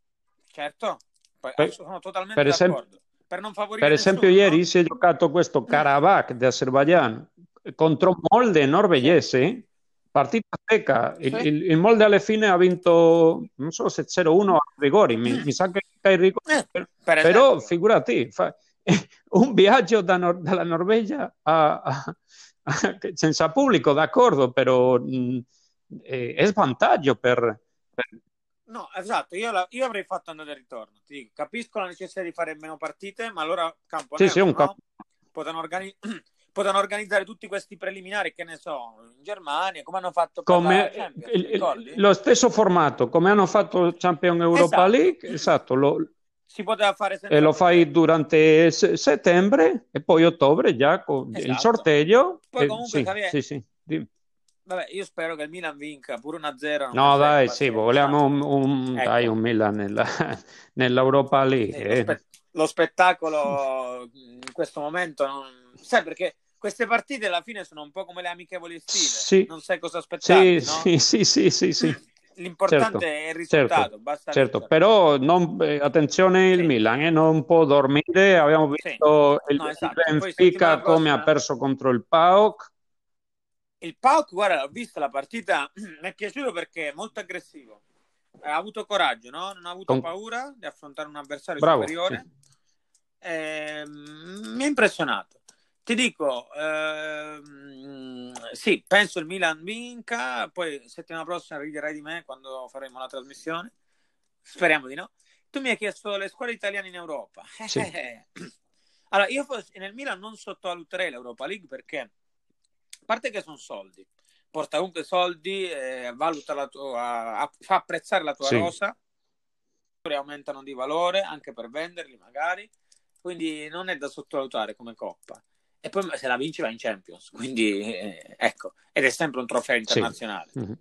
certo. Poi, Per, sono totalmente per esempio, d'accordo. Per non per favorire esempio nessuno, ieri no? si è giocato questo Karabakh di Azerbaijan contro Molde Sì, norvegese, partita secca. Il, sì. il, il Molde alla fine ha vinto, non so se zero uno a rigori, mi, mi sa che ai rigori, Eh, per però esempio. figurati, fa, un viaggio da Nor- dalla Norvegia a, a- a- senza pubblico, d'accordo, però mh, è, è svantaggio per, per... No, esatto, io, la- io avrei fatto andata e ritorno. Ti dico, capisco la necessità di fare meno partite, ma allora campo Sì, sì, neutro, un campo. no? Potevano, organi- potevano organizzare tutti questi preliminari, che ne so, in Germania, come hanno fatto per la Come Champions, il- ti il- ricordi? lo stesso formato, come hanno fatto Champions Europa Esatto. League, esatto, lo, Si poteva fare e senza lo fai problemi. durante se- settembre e poi ottobre già con il Esatto. sorteggio. Poi E, comunque, sì, Javier, sì, sì. Di- vabbè, io spero che il Milan vinca pure uno a zero, non me No, frega, dai, sì, pazienza, no? vogliamo un, un- dai, Ecco, un Milan nella, nell'Europa League. sì, lo, eh. spe- lo spettacolo in questo momento, non... sai perché queste partite alla fine sono un po' come le amichevoli estive, Sì, non sai cosa sì, aspettarti, no? sì, sì, sì, sì, sì. L'importante Certo, è il certo, risultato, basta certo. vincerlo. Però non- eh, attenzione il Sì, Milan, eh, non può dormire. Abbiamo sì, visto il, no, il esatto. Poi settimana Benfica come ha prossima perso contro il PAOK. il Pauk, guarda, ho visto la partita, mi è piaciuto perché è molto aggressivo. Ha avuto coraggio, no? Non ha avuto Con- paura di affrontare un avversario Bravo, sì. superiore. Ehm, mi ha impressionato. Ti dico, ehm, sì, penso il Milan vinca, poi settimana prossima riderai di me quando faremo la trasmissione. Speriamo di no. Tu mi hai chiesto le squadre italiane in Europa. Sì, Allora, io fossi, nel Milan non sottovaluterei l'Europa League perché, a parte che sono soldi, porta comunque soldi, eh, valuta la tua, a- fa apprezzare la tua sì, rosa, aumentano di valore anche per venderli magari, quindi non è da sottovalutare come coppa. E poi se la vinci va in Champions, quindi eh, ecco, ed è sempre un trofeo sì. internazionale. Mhm.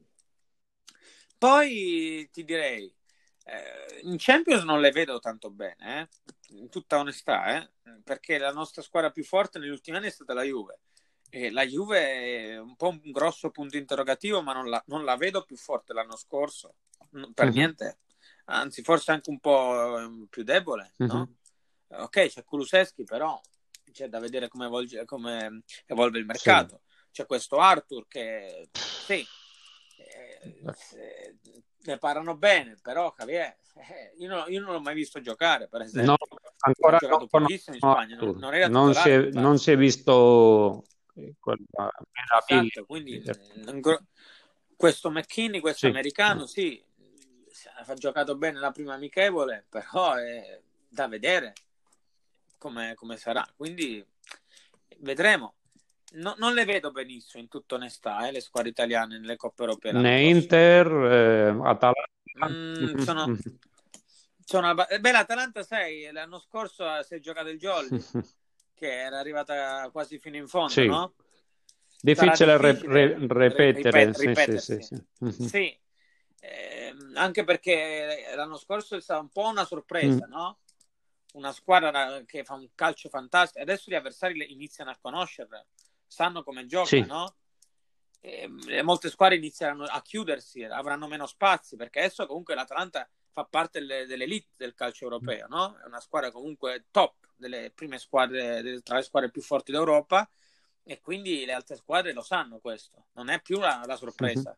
Poi ti direi, eh, in Champions non le vedo tanto bene, eh? In tutta onestà, eh? Perché la nostra squadra più forte negli ultimi anni è stata la Juve. E la Juve è un po' un grosso punto interrogativo, ma non la, non la vedo più forte l'anno scorso, per Mhm. niente. Anzi, forse anche un po' più debole, Mhm. no? Ok, c'è Kulusevski, però c'è da vedere come evolge, come evolve il Sì. mercato. C'è questo Arthur che, sì, eh, se- ne parlano bene, però Javier, eh, io, non, io non l'ho mai visto giocare, per No, esempio. Ha ancora non giocato pochissimo in conoscono Spagna, non, Arthur. non era Non si titolare, è, mi non pare. si è visto eh, quella Esatto, meraviglia. quindi mh, gro- questo McKinney, questo Sì. americano, sì, ha giocato bene la prima amichevole, però è da vedere come, come sarà. Quindi vedremo. No- non le vedo benissimo, in tutta onestà, eh, le squadre italiane nelle coppe europee l'anno Né prossimo. Inter, eh, Atalanta. Mm, sono, sono abba- eh, beh, l'Atalanta, sai, l'anno scorso eh, si è giocato il Jolly, che era arrivata quasi fino in fondo, Sì, no? Sarà difficile re- re- difficile ri- ripetere. ripet- Sì, sì, sì, ripetersi. sì. Mhm. Sì, ehm, anche perché l'anno scorso è stata un po' una sorpresa, Mm. no? Una squadra che fa un calcio fantastico. Adesso gli avversari le iniziano a conoscerla, sanno come gioca, Sì, no? E, e molte squadre inizieranno a chiudersi, avranno meno spazi, perché adesso comunque l'Atalanta fa parte delle, dell'elite del calcio europeo, no? È una squadra comunque top, delle prime squadre, delle, tra le squadre più forti d'Europa, e quindi le altre squadre lo sanno questo, non è più la, la mhm. sorpresa.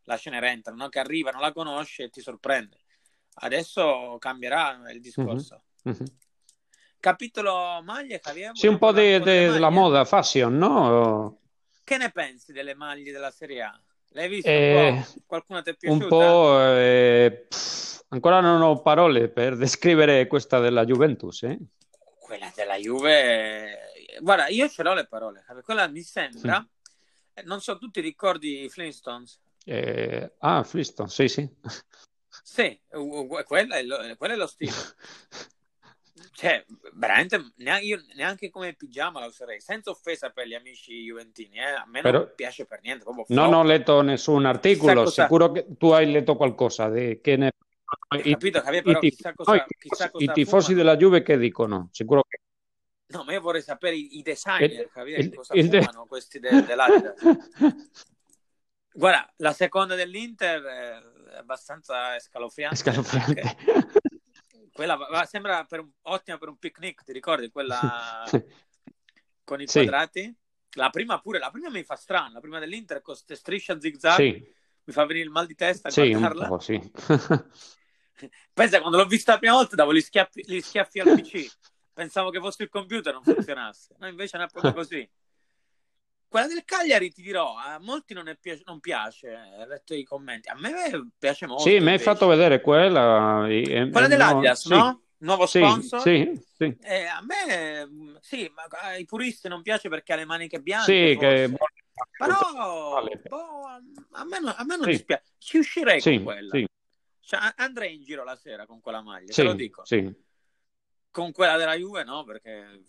la Cenerentola, no? Che arriva, non la conosce e ti sorprende. Adesso cambierà il discorso. Uh-huh. Uh-huh. Capitolo maglie, Javier, Sì, un po' della moda fashion, no? Che ne pensi delle maglie della Serie A? L'hai visto Eh, un po'? Qualcuna ti è un piaciuta? po', eh, pff, ancora non ho parole per descrivere questa della Juventus, eh? Quella della Juve, guarda, io ce l'ho le parole. Quella mi sembra, mm. non so, tu ti ricordi i Flintstones? Eh, ah, Flintstones, sì, sì. Sì, quella è lo, quello è lo stile. Cioè, veramente, neanche, io neanche come pigiama la userei, senza offesa per gli amici juventini, eh? A me Però, non piace per niente. Non flop. Ho letto nessun articolo, cosa... sicuro che tu hai letto qualcosa di che ne... Ho capito, I, però i, chissà cosa, no, chissà cosa i tifosi fumano. Della Juve che dicono? Sicuro che... No, ma io vorrei sapere i, i designer, il, Javier, il, cosa il fumano de... questi de, dell'Adidas. Guarda, la seconda dell'Inter è abbastanza scalofriante. Scalofriante. Quella va, sembra per un, ottima per un picnic, ti ricordi? Quella con i quadrati? Sì. La prima pure, la prima mi fa strano, la prima dell'Inter con queste strisce a zigzag, sì. Mi fa venire il mal di testa a sì, guardarla. Un po', sì. Pensa, quando l'ho vista la prima volta davo gli schiaffi, gli schiaffi al P C, pensavo che fosse il computer non funzionasse, no, invece non è proprio così. Quella del Cagliari, ti dirò, a molti non, è piace, non piace, ho letto i commenti, a me piace molto. Sì, mi hai fatto vedere quella. E, quella dell'Adidas, no? no? Sì. Nuovo sponsor. Sì, sì, sì. Eh, a me, sì, ma ai puristi non piace perché ha le maniche bianche, sì, forse. Che... Però boh, a me, a me non sì. dispiace, ci uscirei sì, con quella. Sì. Cioè, andrei in giro la sera con quella maglia, sì, te lo dico. Sì. Con quella della Juve no, perché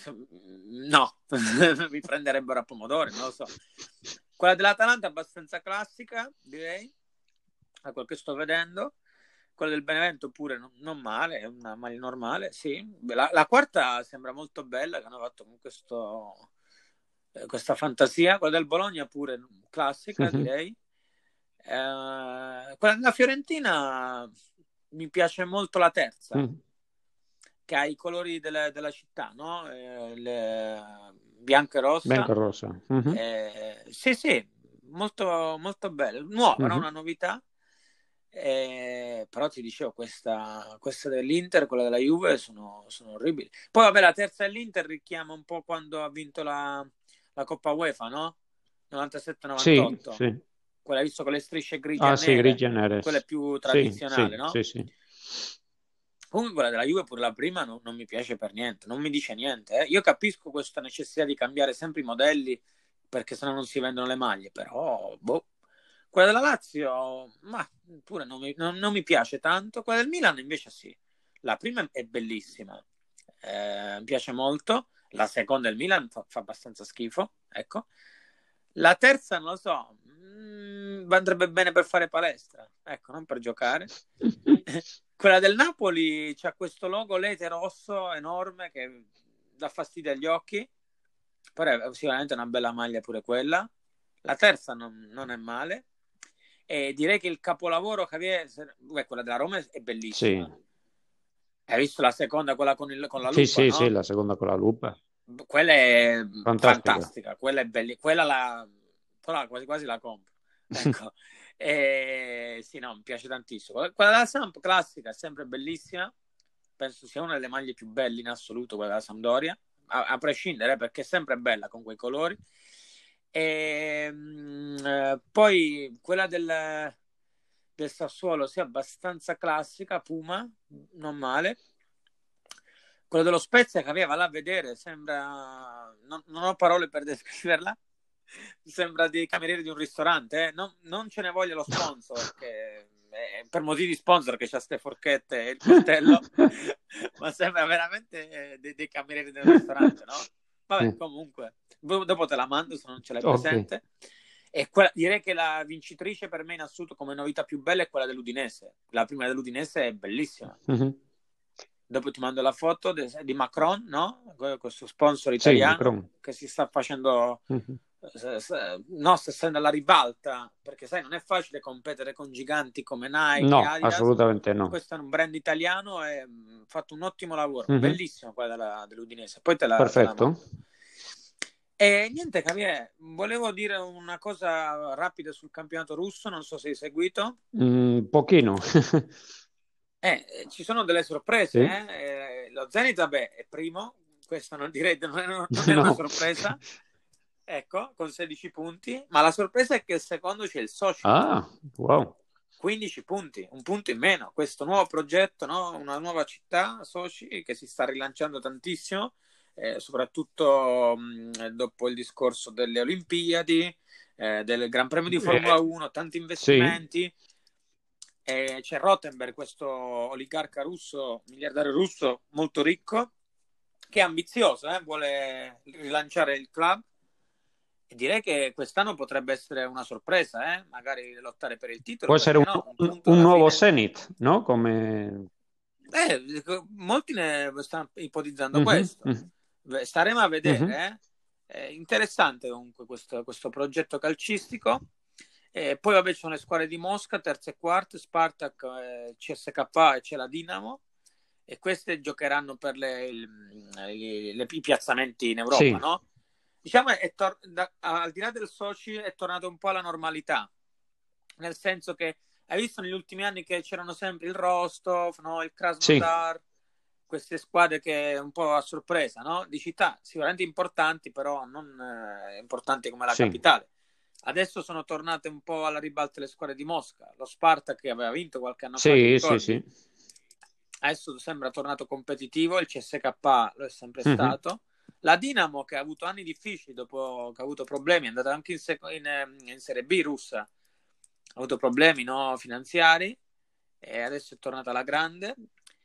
no, mi prenderebbero a pomodori, non lo so. Quella dell'Atalanta è abbastanza classica, direi, da quel che sto vedendo. Quella del Benevento pure non, non male, è una maglia normale, sì. La, la quarta sembra molto bella, che hanno fatto con questo, eh, questa fantasia. Quella del Bologna pure classica, uh-huh. direi. Eh, quella della Fiorentina mi piace molto la terza. Uh-huh. Che ha i colori delle, della città, no? Eh, le, bianco e rossa. Bianco e rossa. Uh-huh. Eh, sì, sì, molto, molto bello. Nuova, uh-huh. no? Una novità. Eh, però ti dicevo, questa, questa dell'Inter, quella della Juve, sono, sono orribili. Poi, vabbè, la terza dell'Inter richiama un po' quando ha vinto la, la Coppa UEFA, no? novantasette novantotto. Sì, sì. Quella visto con le strisce grigie ah, e sì, nere. grigie e nere. Quella è più tradizionale, sì, no? Sì, sì. Comunque quella della Juve pure la prima no, non mi piace per niente, non mi dice niente. Eh. Io capisco questa necessità di cambiare sempre i modelli perché sennò non si vendono le maglie, però boh. Quella della Lazio, ma pure non mi, non, non mi piace tanto. Quella del Milan invece sì. La prima è bellissima, eh, mi piace molto. La seconda del Milan fa, fa abbastanza schifo, ecco. La terza non lo so, mh, andrebbe bene per fare palestra, ecco, non per giocare. Quella del Napoli c'ha questo logo lete rosso enorme che dà fastidio agli occhi, però è sicuramente una bella maglia pure quella. La terza non, non è male. E direi che il capolavoro Javier, beh, quella della Roma è bellissima. Sì. Hai visto la seconda, quella con, il, con la lupa? Sì, sì, no? sì, la seconda con la lupa. Quella è fantastica, fantastica. Quella è bella. Quella la, quasi quasi la compro. Ecco. E, sì, no, mi piace tantissimo. Quella della Samp, classica, è sempre bellissima. Penso sia una delle maglie più belle in assoluto, quella della Sampdoria, a, a prescindere, perché è sempre bella con quei colori. E eh, poi quella del, del Sassuolo sia sì, abbastanza classica, Puma, non male. Quello dello Spezia che aveva là a vedere sembra, non, non ho parole per descriverla, sembra dei camerieri di un ristorante, eh? non, non ce ne voglia lo sponsor che, eh, per motivi di sponsor che c'ha ste forchette e il coltello ma sembra veramente dei, dei camerieri del ristorante, no? Vabbè, comunque dopo te la mando se non ce l'hai okay. presente. E quella, direi che la vincitrice per me in assoluto come novità più bella è quella dell'Udinese. La prima dell'Udinese è bellissima. Mm-hmm. Dopo ti mando la foto de, di Macron, no? Questo sponsor italiano sì, che si sta facendo mm-hmm. se, se, no, sta essendo alla ribalta, perché sai non è facile competere con giganti come Nike, no, Adidas. Assolutamente no. Questo è un brand italiano e ha fatto un ottimo lavoro, mm-hmm. bellissimo quella della, dell'Udinese. Poi te la, perfetto te la mando. E niente, Javier, volevo dire una cosa rapida sul campionato russo, non so se hai seguito. Un pochino. Eh, eh, ci sono delle sorprese, Sì? eh? Eh, lo Zenit, vabbè, è primo, questo non direi non è, non è una No. sorpresa, ecco, con sedici punti, ma la sorpresa è che il secondo c'è il Sochi, Ah, wow. quindici punti, un punto in meno. Questo nuovo progetto, no? Una nuova città, Sochi, che si sta rilanciando tantissimo, eh, soprattutto mh, dopo il discorso delle Olimpiadi, eh, del Gran Premio di Eh, Formula uno, tanti sì, investimenti. Eh, c'è Rottenberg, questo oligarca russo, miliardario russo molto ricco, che è ambizioso, eh? Vuole rilanciare il club. E direi che quest'anno potrebbe essere una sorpresa, eh? Magari lottare per il titolo, può essere un, perché no? Un un- punto un alla nuovo fine. Zenith, no? Come... Eh, molti ne stanno ipotizzando Mhm, questo. mhm, Staremo a mhm. vedere. Eh? È interessante comunque questo, questo progetto calcistico. E poi vabbè ci sono le squadre di Mosca, terza e quarta, Spartak, eh, C S K A e c'è la Dinamo. E queste giocheranno per le, il, i, le, i piazzamenti in Europa, Sì, no? Diciamo è tor- da, al di là del Sochi è tornato un po' alla normalità, nel senso che hai visto negli ultimi anni che c'erano sempre il Rostov, no? Il sì, Krasnodar, queste squadre che un po' a sorpresa, no? Di città sicuramente importanti, però non eh, importanti come la sì, capitale. Adesso sono tornate un po' alla ribalta le squadre di Mosca, lo Spartak che aveva vinto qualche anno fa, ti sì, sì, ricordi? sì. Adesso sembra tornato competitivo, il C S K A lo è sempre Mhm. stato. La Dinamo, che ha avuto anni difficili dopo che ha avuto problemi, è andata anche in, sec- in, ehm, in Serie B russa, ha avuto problemi, no, finanziari e adesso è tornata alla grande.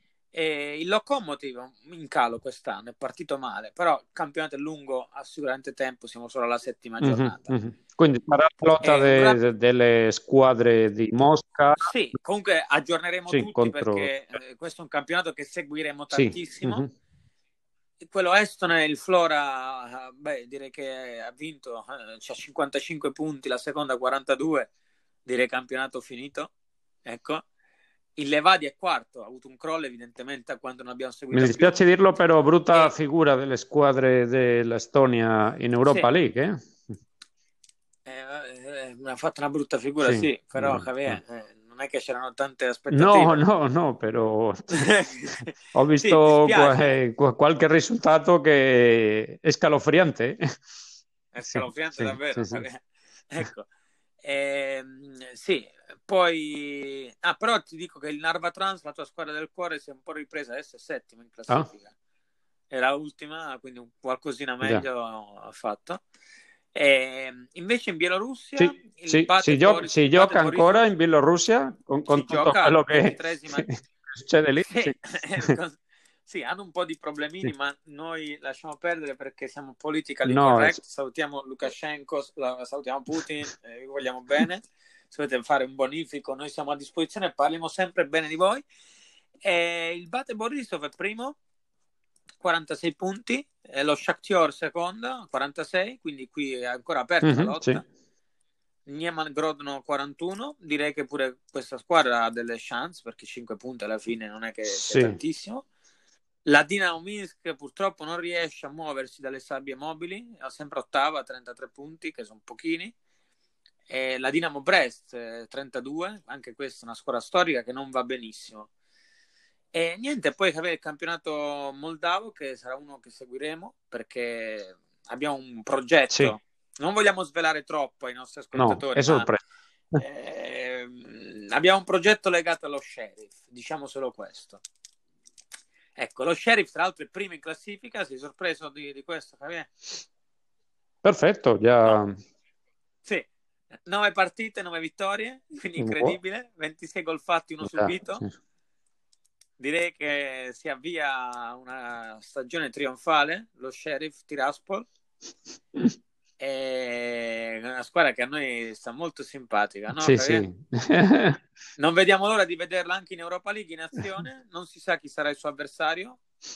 E il Lokomotiv in calo quest'anno, è partito male, però il campionato è lungo, ha sicuramente tempo, siamo solo alla settima Mhm, giornata. mhm. Quindi sarà la lotta E un de- rap- de- delle squadre di Mosca, Sì, comunque aggiorneremo sì, tutti contro... perché eh, questo è un campionato che seguiremo Sì, tantissimo. mhm. Quello Estone, il Flora, beh, direi che ha vinto, eh, c'ha cinquantacinque punti, la seconda quarantadue, direi campionato finito. Ecco. Il Levadi è quarto, ha avuto un crollo evidentemente quando non abbiamo Mi seguito più. dispiace dirlo, però brutta E figura delle squadre dell'Estonia in Europa sì, League, eh? eh, eh, ha fatto una brutta figura, Sì, sì, però no, Javier, no. eh, non è che c'erano tante No, aspettative. no, no, però ho Sì, visto qua- dispiace, eh, qua- qualche risultato che è scalofriante. è Sì, scalofriante sì, sì, davvero. sì. Ecco, ehm, sì, poi... Ah, però ti dico che il Narva Trans, la tua squadra del cuore, si è un po' ripresa, adesso è settima in Ah, classifica. Era ultima, quindi un qualcosina già. meglio ha fatto. E invece in Bielorussia Sì, il sì, Bate si, gio- Boris, si il Bate gioca ancora Borisov in Bielorussia con, con si tutto gioca quello al che ventitresima. succede lì? Sì. Sì, sì, hanno un po' di problemini, Sì. ma noi lasciamo perdere perché siamo politically No, es- correct. Salutiamo Lukashenko, salutiamo Putin, eh, vi vogliamo bene. Se volete fare un bonifico, noi siamo a disposizione e parliamo sempre bene di voi. E il Bate Borisov è primo, quarantasei punti, e lo Shakhtar seconda, quarantasei, quindi qui è ancora aperta la Mhm, sì, lotta. Nieman Grodno quarantuno, direi che pure questa squadra ha delle chance perché cinque punti alla fine non è che sia sì, tantissimo. La Dinamo Minsk purtroppo non riesce a muoversi dalle sabbie mobili, è sempre ottava, trentatré punti, che sono pochini. E la Dinamo Brest, eh, trentadue, anche questa è una squadra storica che non va benissimo. E niente, poi avere il campionato moldavo, che sarà uno che seguiremo, perché abbiamo un sì, progetto. Non vogliamo svelare troppo ai nostri no, è ascoltatori, ma sorpresa. ehm, abbiamo un progetto legato allo Sheriff, diciamo solo questo. Ecco, lo Sheriff tra l'altro è primo in classifica, sei sorpreso di, di questo, Javier? Perfetto, No? già. Sì, nove partite, nove vittorie, quindi Wow, incredibile, ventisei gol fatti, uno già, subito. sì. Direi che si avvia una stagione trionfale, lo Sheriff Tiraspol, è una squadra che a noi sta molto simpatica, no Sì, Javier? sì. Non vediamo l'ora di vederla anche in Europa League in azione, non si sa chi sarà il suo avversario.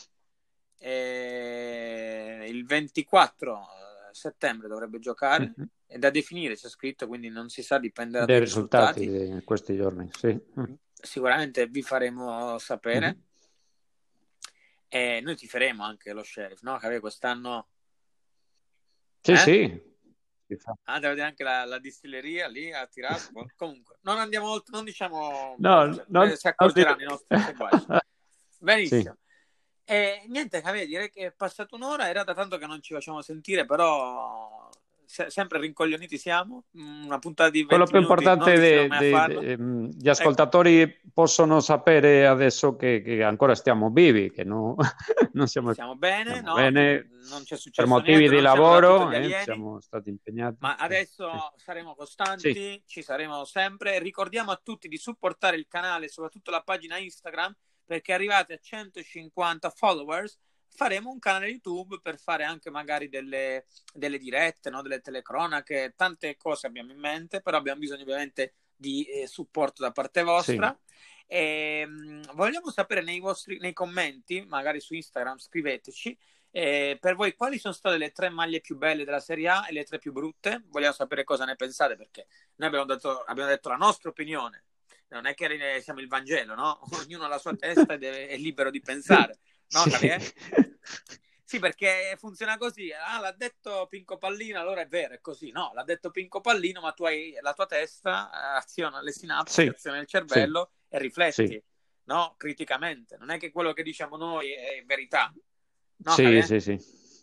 E il ventiquattro settembre dovrebbe giocare, Mhm. è da definire, c'è scritto, quindi non si sa, dipenderà Dei dai risultati risultati. di questi giorni, sì. Sicuramente vi faremo sapere Mhm. e noi tiferemo anche lo Sheriff, no? Che quest'anno Sì, Eh? sì. Ah, devo vedere anche la, la distilleria lì a Tiraspol. Comunque, non andiamo oltre, non diciamo, No, cioè, non, eh, si non accorgeranno i dire... nostri seguaci. Sì. Benissimo. E niente, Javier, direi che è passata un'ora, era da tanto che non ci facciamo sentire, però se- sempre rincoglioniti siamo. Una puntata di Quello venti più minuti, non importante riuscirò de- mai a de- farla. de- mm, gli Ecco, ascoltatori possono sapere adesso che, che ancora stiamo vivi, che no- non siamo, stiamo bene, stiamo no? bene Non c'è per successo motivi niente, di non siamo dal tutto lavoro, gli eh, alieni. siamo stati impegnati. Ma Sì, sì. adesso saremo Sì, costanti, ci saremo sempre. Ricordiamo a tutti di supportare il canale, soprattutto la pagina Instagram, perché arrivati a centocinquanta followers faremo un canale YouTube per fare anche magari delle, delle dirette, no? Delle telecronache, tante cose abbiamo in mente, però abbiamo bisogno ovviamente di eh, supporto da parte vostra. sì. E, mh, vogliamo sapere nei vostri nei commenti, magari su Instagram, scriveteci eh, per voi quali sono state le tre maglie più belle della Serie A e le tre più brutte? Vogliamo sapere cosa ne pensate, perché noi abbiamo detto, abbiamo detto la nostra opinione. Non è che siamo il Vangelo, no? Ognuno ha la sua testa ed è, è libero di pensare, no, Javier? Sì. Sì, perché funziona così. Ah, l'ha detto Pinco Pallino, allora è vero, è così. No, l'ha detto Pinco Pallino, ma tu hai la tua testa, eh, aziona le sinapsi, Sì, aziona il sì, cervello e rifletti, sì, no? Criticamente. Non è che quello che diciamo noi è verità. No, sì, Javier? sì, sì.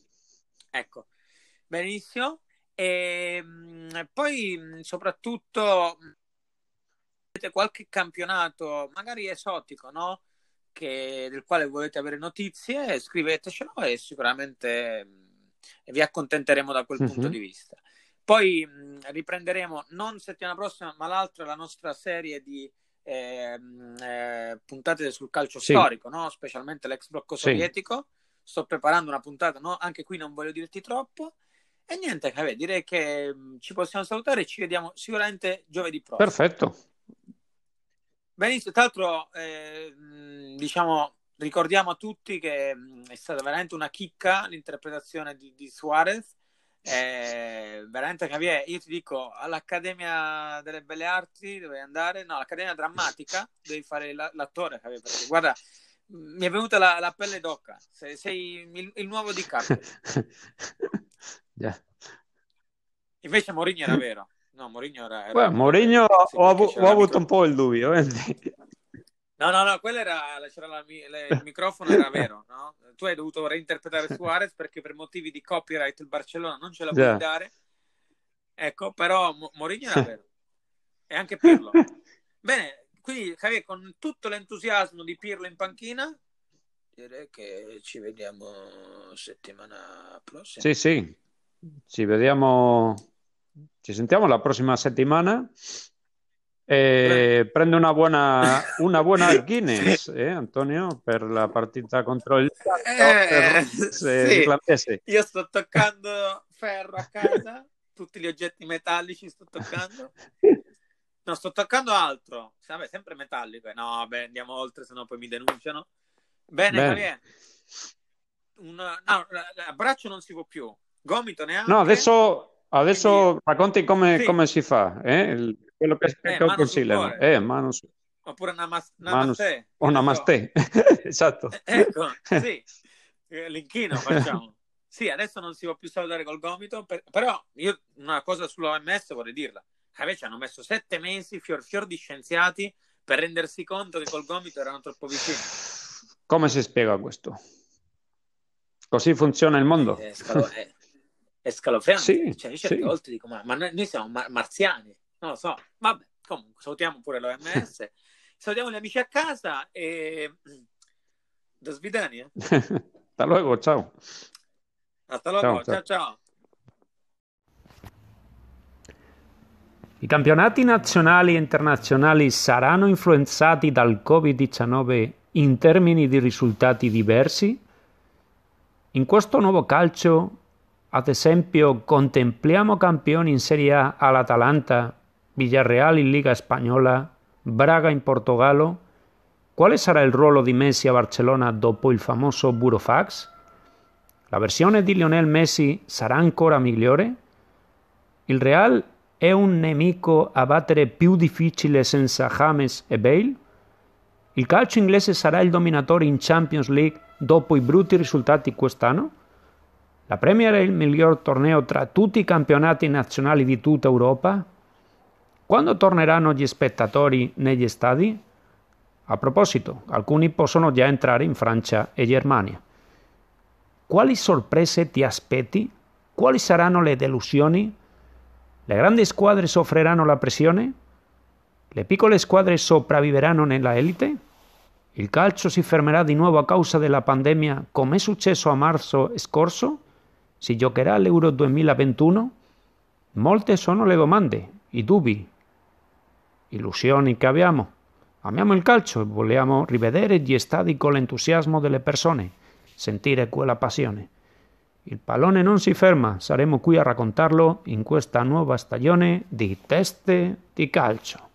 Ecco, benissimo. E mh, poi mh, soprattutto mh, avete qualche campionato, magari esotico, no? Che, del quale volete avere notizie, scrivetecelo e sicuramente mh, vi accontenteremo da quel punto Mhm. di vista. Poi mh, riprenderemo non settimana prossima, ma l'altra, la nostra serie di eh, mh, eh, puntate sul calcio Sì, storico, no? Specialmente l'ex blocco sì, sovietico. Sto preparando una puntata, no? Anche qui non voglio dirti troppo. E niente, vabbè, direi che mh, ci possiamo salutare e ci vediamo sicuramente giovedì prossimo. perfetto. Benissimo, tra l'altro, eh, mh, diciamo, ricordiamo a tutti che mh, è stata veramente una chicca l'interpretazione di, di Suarez. Eh, veramente, Javier, io ti dico, all'Accademia delle Belle Arti devi andare, no, all'Accademia Drammatica devi fare la- l'attore, Javier, perché guarda, mh, mi è venuta la, la pelle d'oca. Sei, sei il, il nuovo DiCaprio. Yeah. Invece Mourinho era vero. No, Mourinho era, era Guarda, quello Mourinho vero. Sì, ho, perché avu- c'era ho la avuto un micro... po' il dubbio. eh. No, no, no, quello era, c'era la, le- il microfono era vero, no? Tu hai dovuto reinterpretare Suarez perché per motivi di copyright il Barcellona non ce la volevi Già. dare. Ecco, però Mo- Mourinho era vero. E anche Pirlo. Bene, quindi Javier, con tutto l'entusiasmo di Pirlo in panchina, direi che ci vediamo settimana prossima. Sì, sì, ci vediamo, ci sentiamo la prossima settimana. E prende una buona, una buona Guinness, eh, Antonio, per la partita contro il Eh, eh, sì, irlandese. io sto toccando ferro a casa, tutti gli oggetti metallici sto toccando. No, sto toccando altro. Vabbè, sempre metallico. eh. No, vabbè, andiamo oltre, sennò poi mi denunciano. Bene, Bene. Javier. Un, no, abbraccio non si può più. Gomito No, neanche. adesso, Quindi, adesso racconti come, sì, come si fa, eh? Il- quello che, eh, che mano sul consigliano. cuore. Eh, mano su, Oppure namas- mano su- namaste, o che ne so. namaste. Esatto. Eh, ecco, sì. Eh, L'inchino facciamo. Sì, adesso non si può più salutare col gomito, per- però io una cosa sull'O M S vorrei dirla. Invece hanno messo sette mesi, fior fior di scienziati, per rendersi conto che col gomito erano troppo vicini. Come si spiega questo? Così funziona il È, mondo? è, scalo- è- è scalofriante. Sì, Cioè, io certe sì. volte dico, ma, ma noi, noi siamo mar- marziani. Non lo so. Vabbè, comunque, salutiamo pure l'O M S. Salutiamo gli amici a casa e... Do svidania. Hasta luego, ciao. Hasta Ciao, luego. ciao. Ciao, ciao. I campionati nazionali e internazionali saranno influenzati dal covid diciannove in termini di risultati diversi? In questo nuovo calcio, ad esempio, contempliamo campioni in Serie A all'Atalanta, Villarreal in Liga Spagnola, Braga in Portogallo. Quale sarà il ruolo di Messi a Barcellona dopo il famoso Burofax? La versione di Lionel Messi sarà ancora migliore? Il Real è un nemico a battere più difficile senza James e Bale? Il calcio inglese sarà il dominatore in Champions League dopo i brutti risultati quest'anno? La Premier è il miglior torneo tra tutti i campionati nazionali di tutta Europa? Quando torneranno gli spettatori negli stadi? A proposito, alcuni possono già entrare in Francia e Germania. Quali sorprese ti aspetti? Quali saranno le delusioni? Le grandi squadre soffriranno la pressione? Le piccole squadre sopravviveranno nella elite? Il calcio si fermerà di nuovo a causa della pandemia, come è successo a marzo scorso? Si giocherà l'Euro duemilaventuno? Molte sono le domande, i dubbi, illusioni che abbiamo. Amiamo il calcio e vogliamo rivedere gli stadi con l'entusiasmo delle persone, sentire quella passione. Il pallone non si ferma, saremo qui a raccontarlo in questa nuova stagione di Teste di Calcio.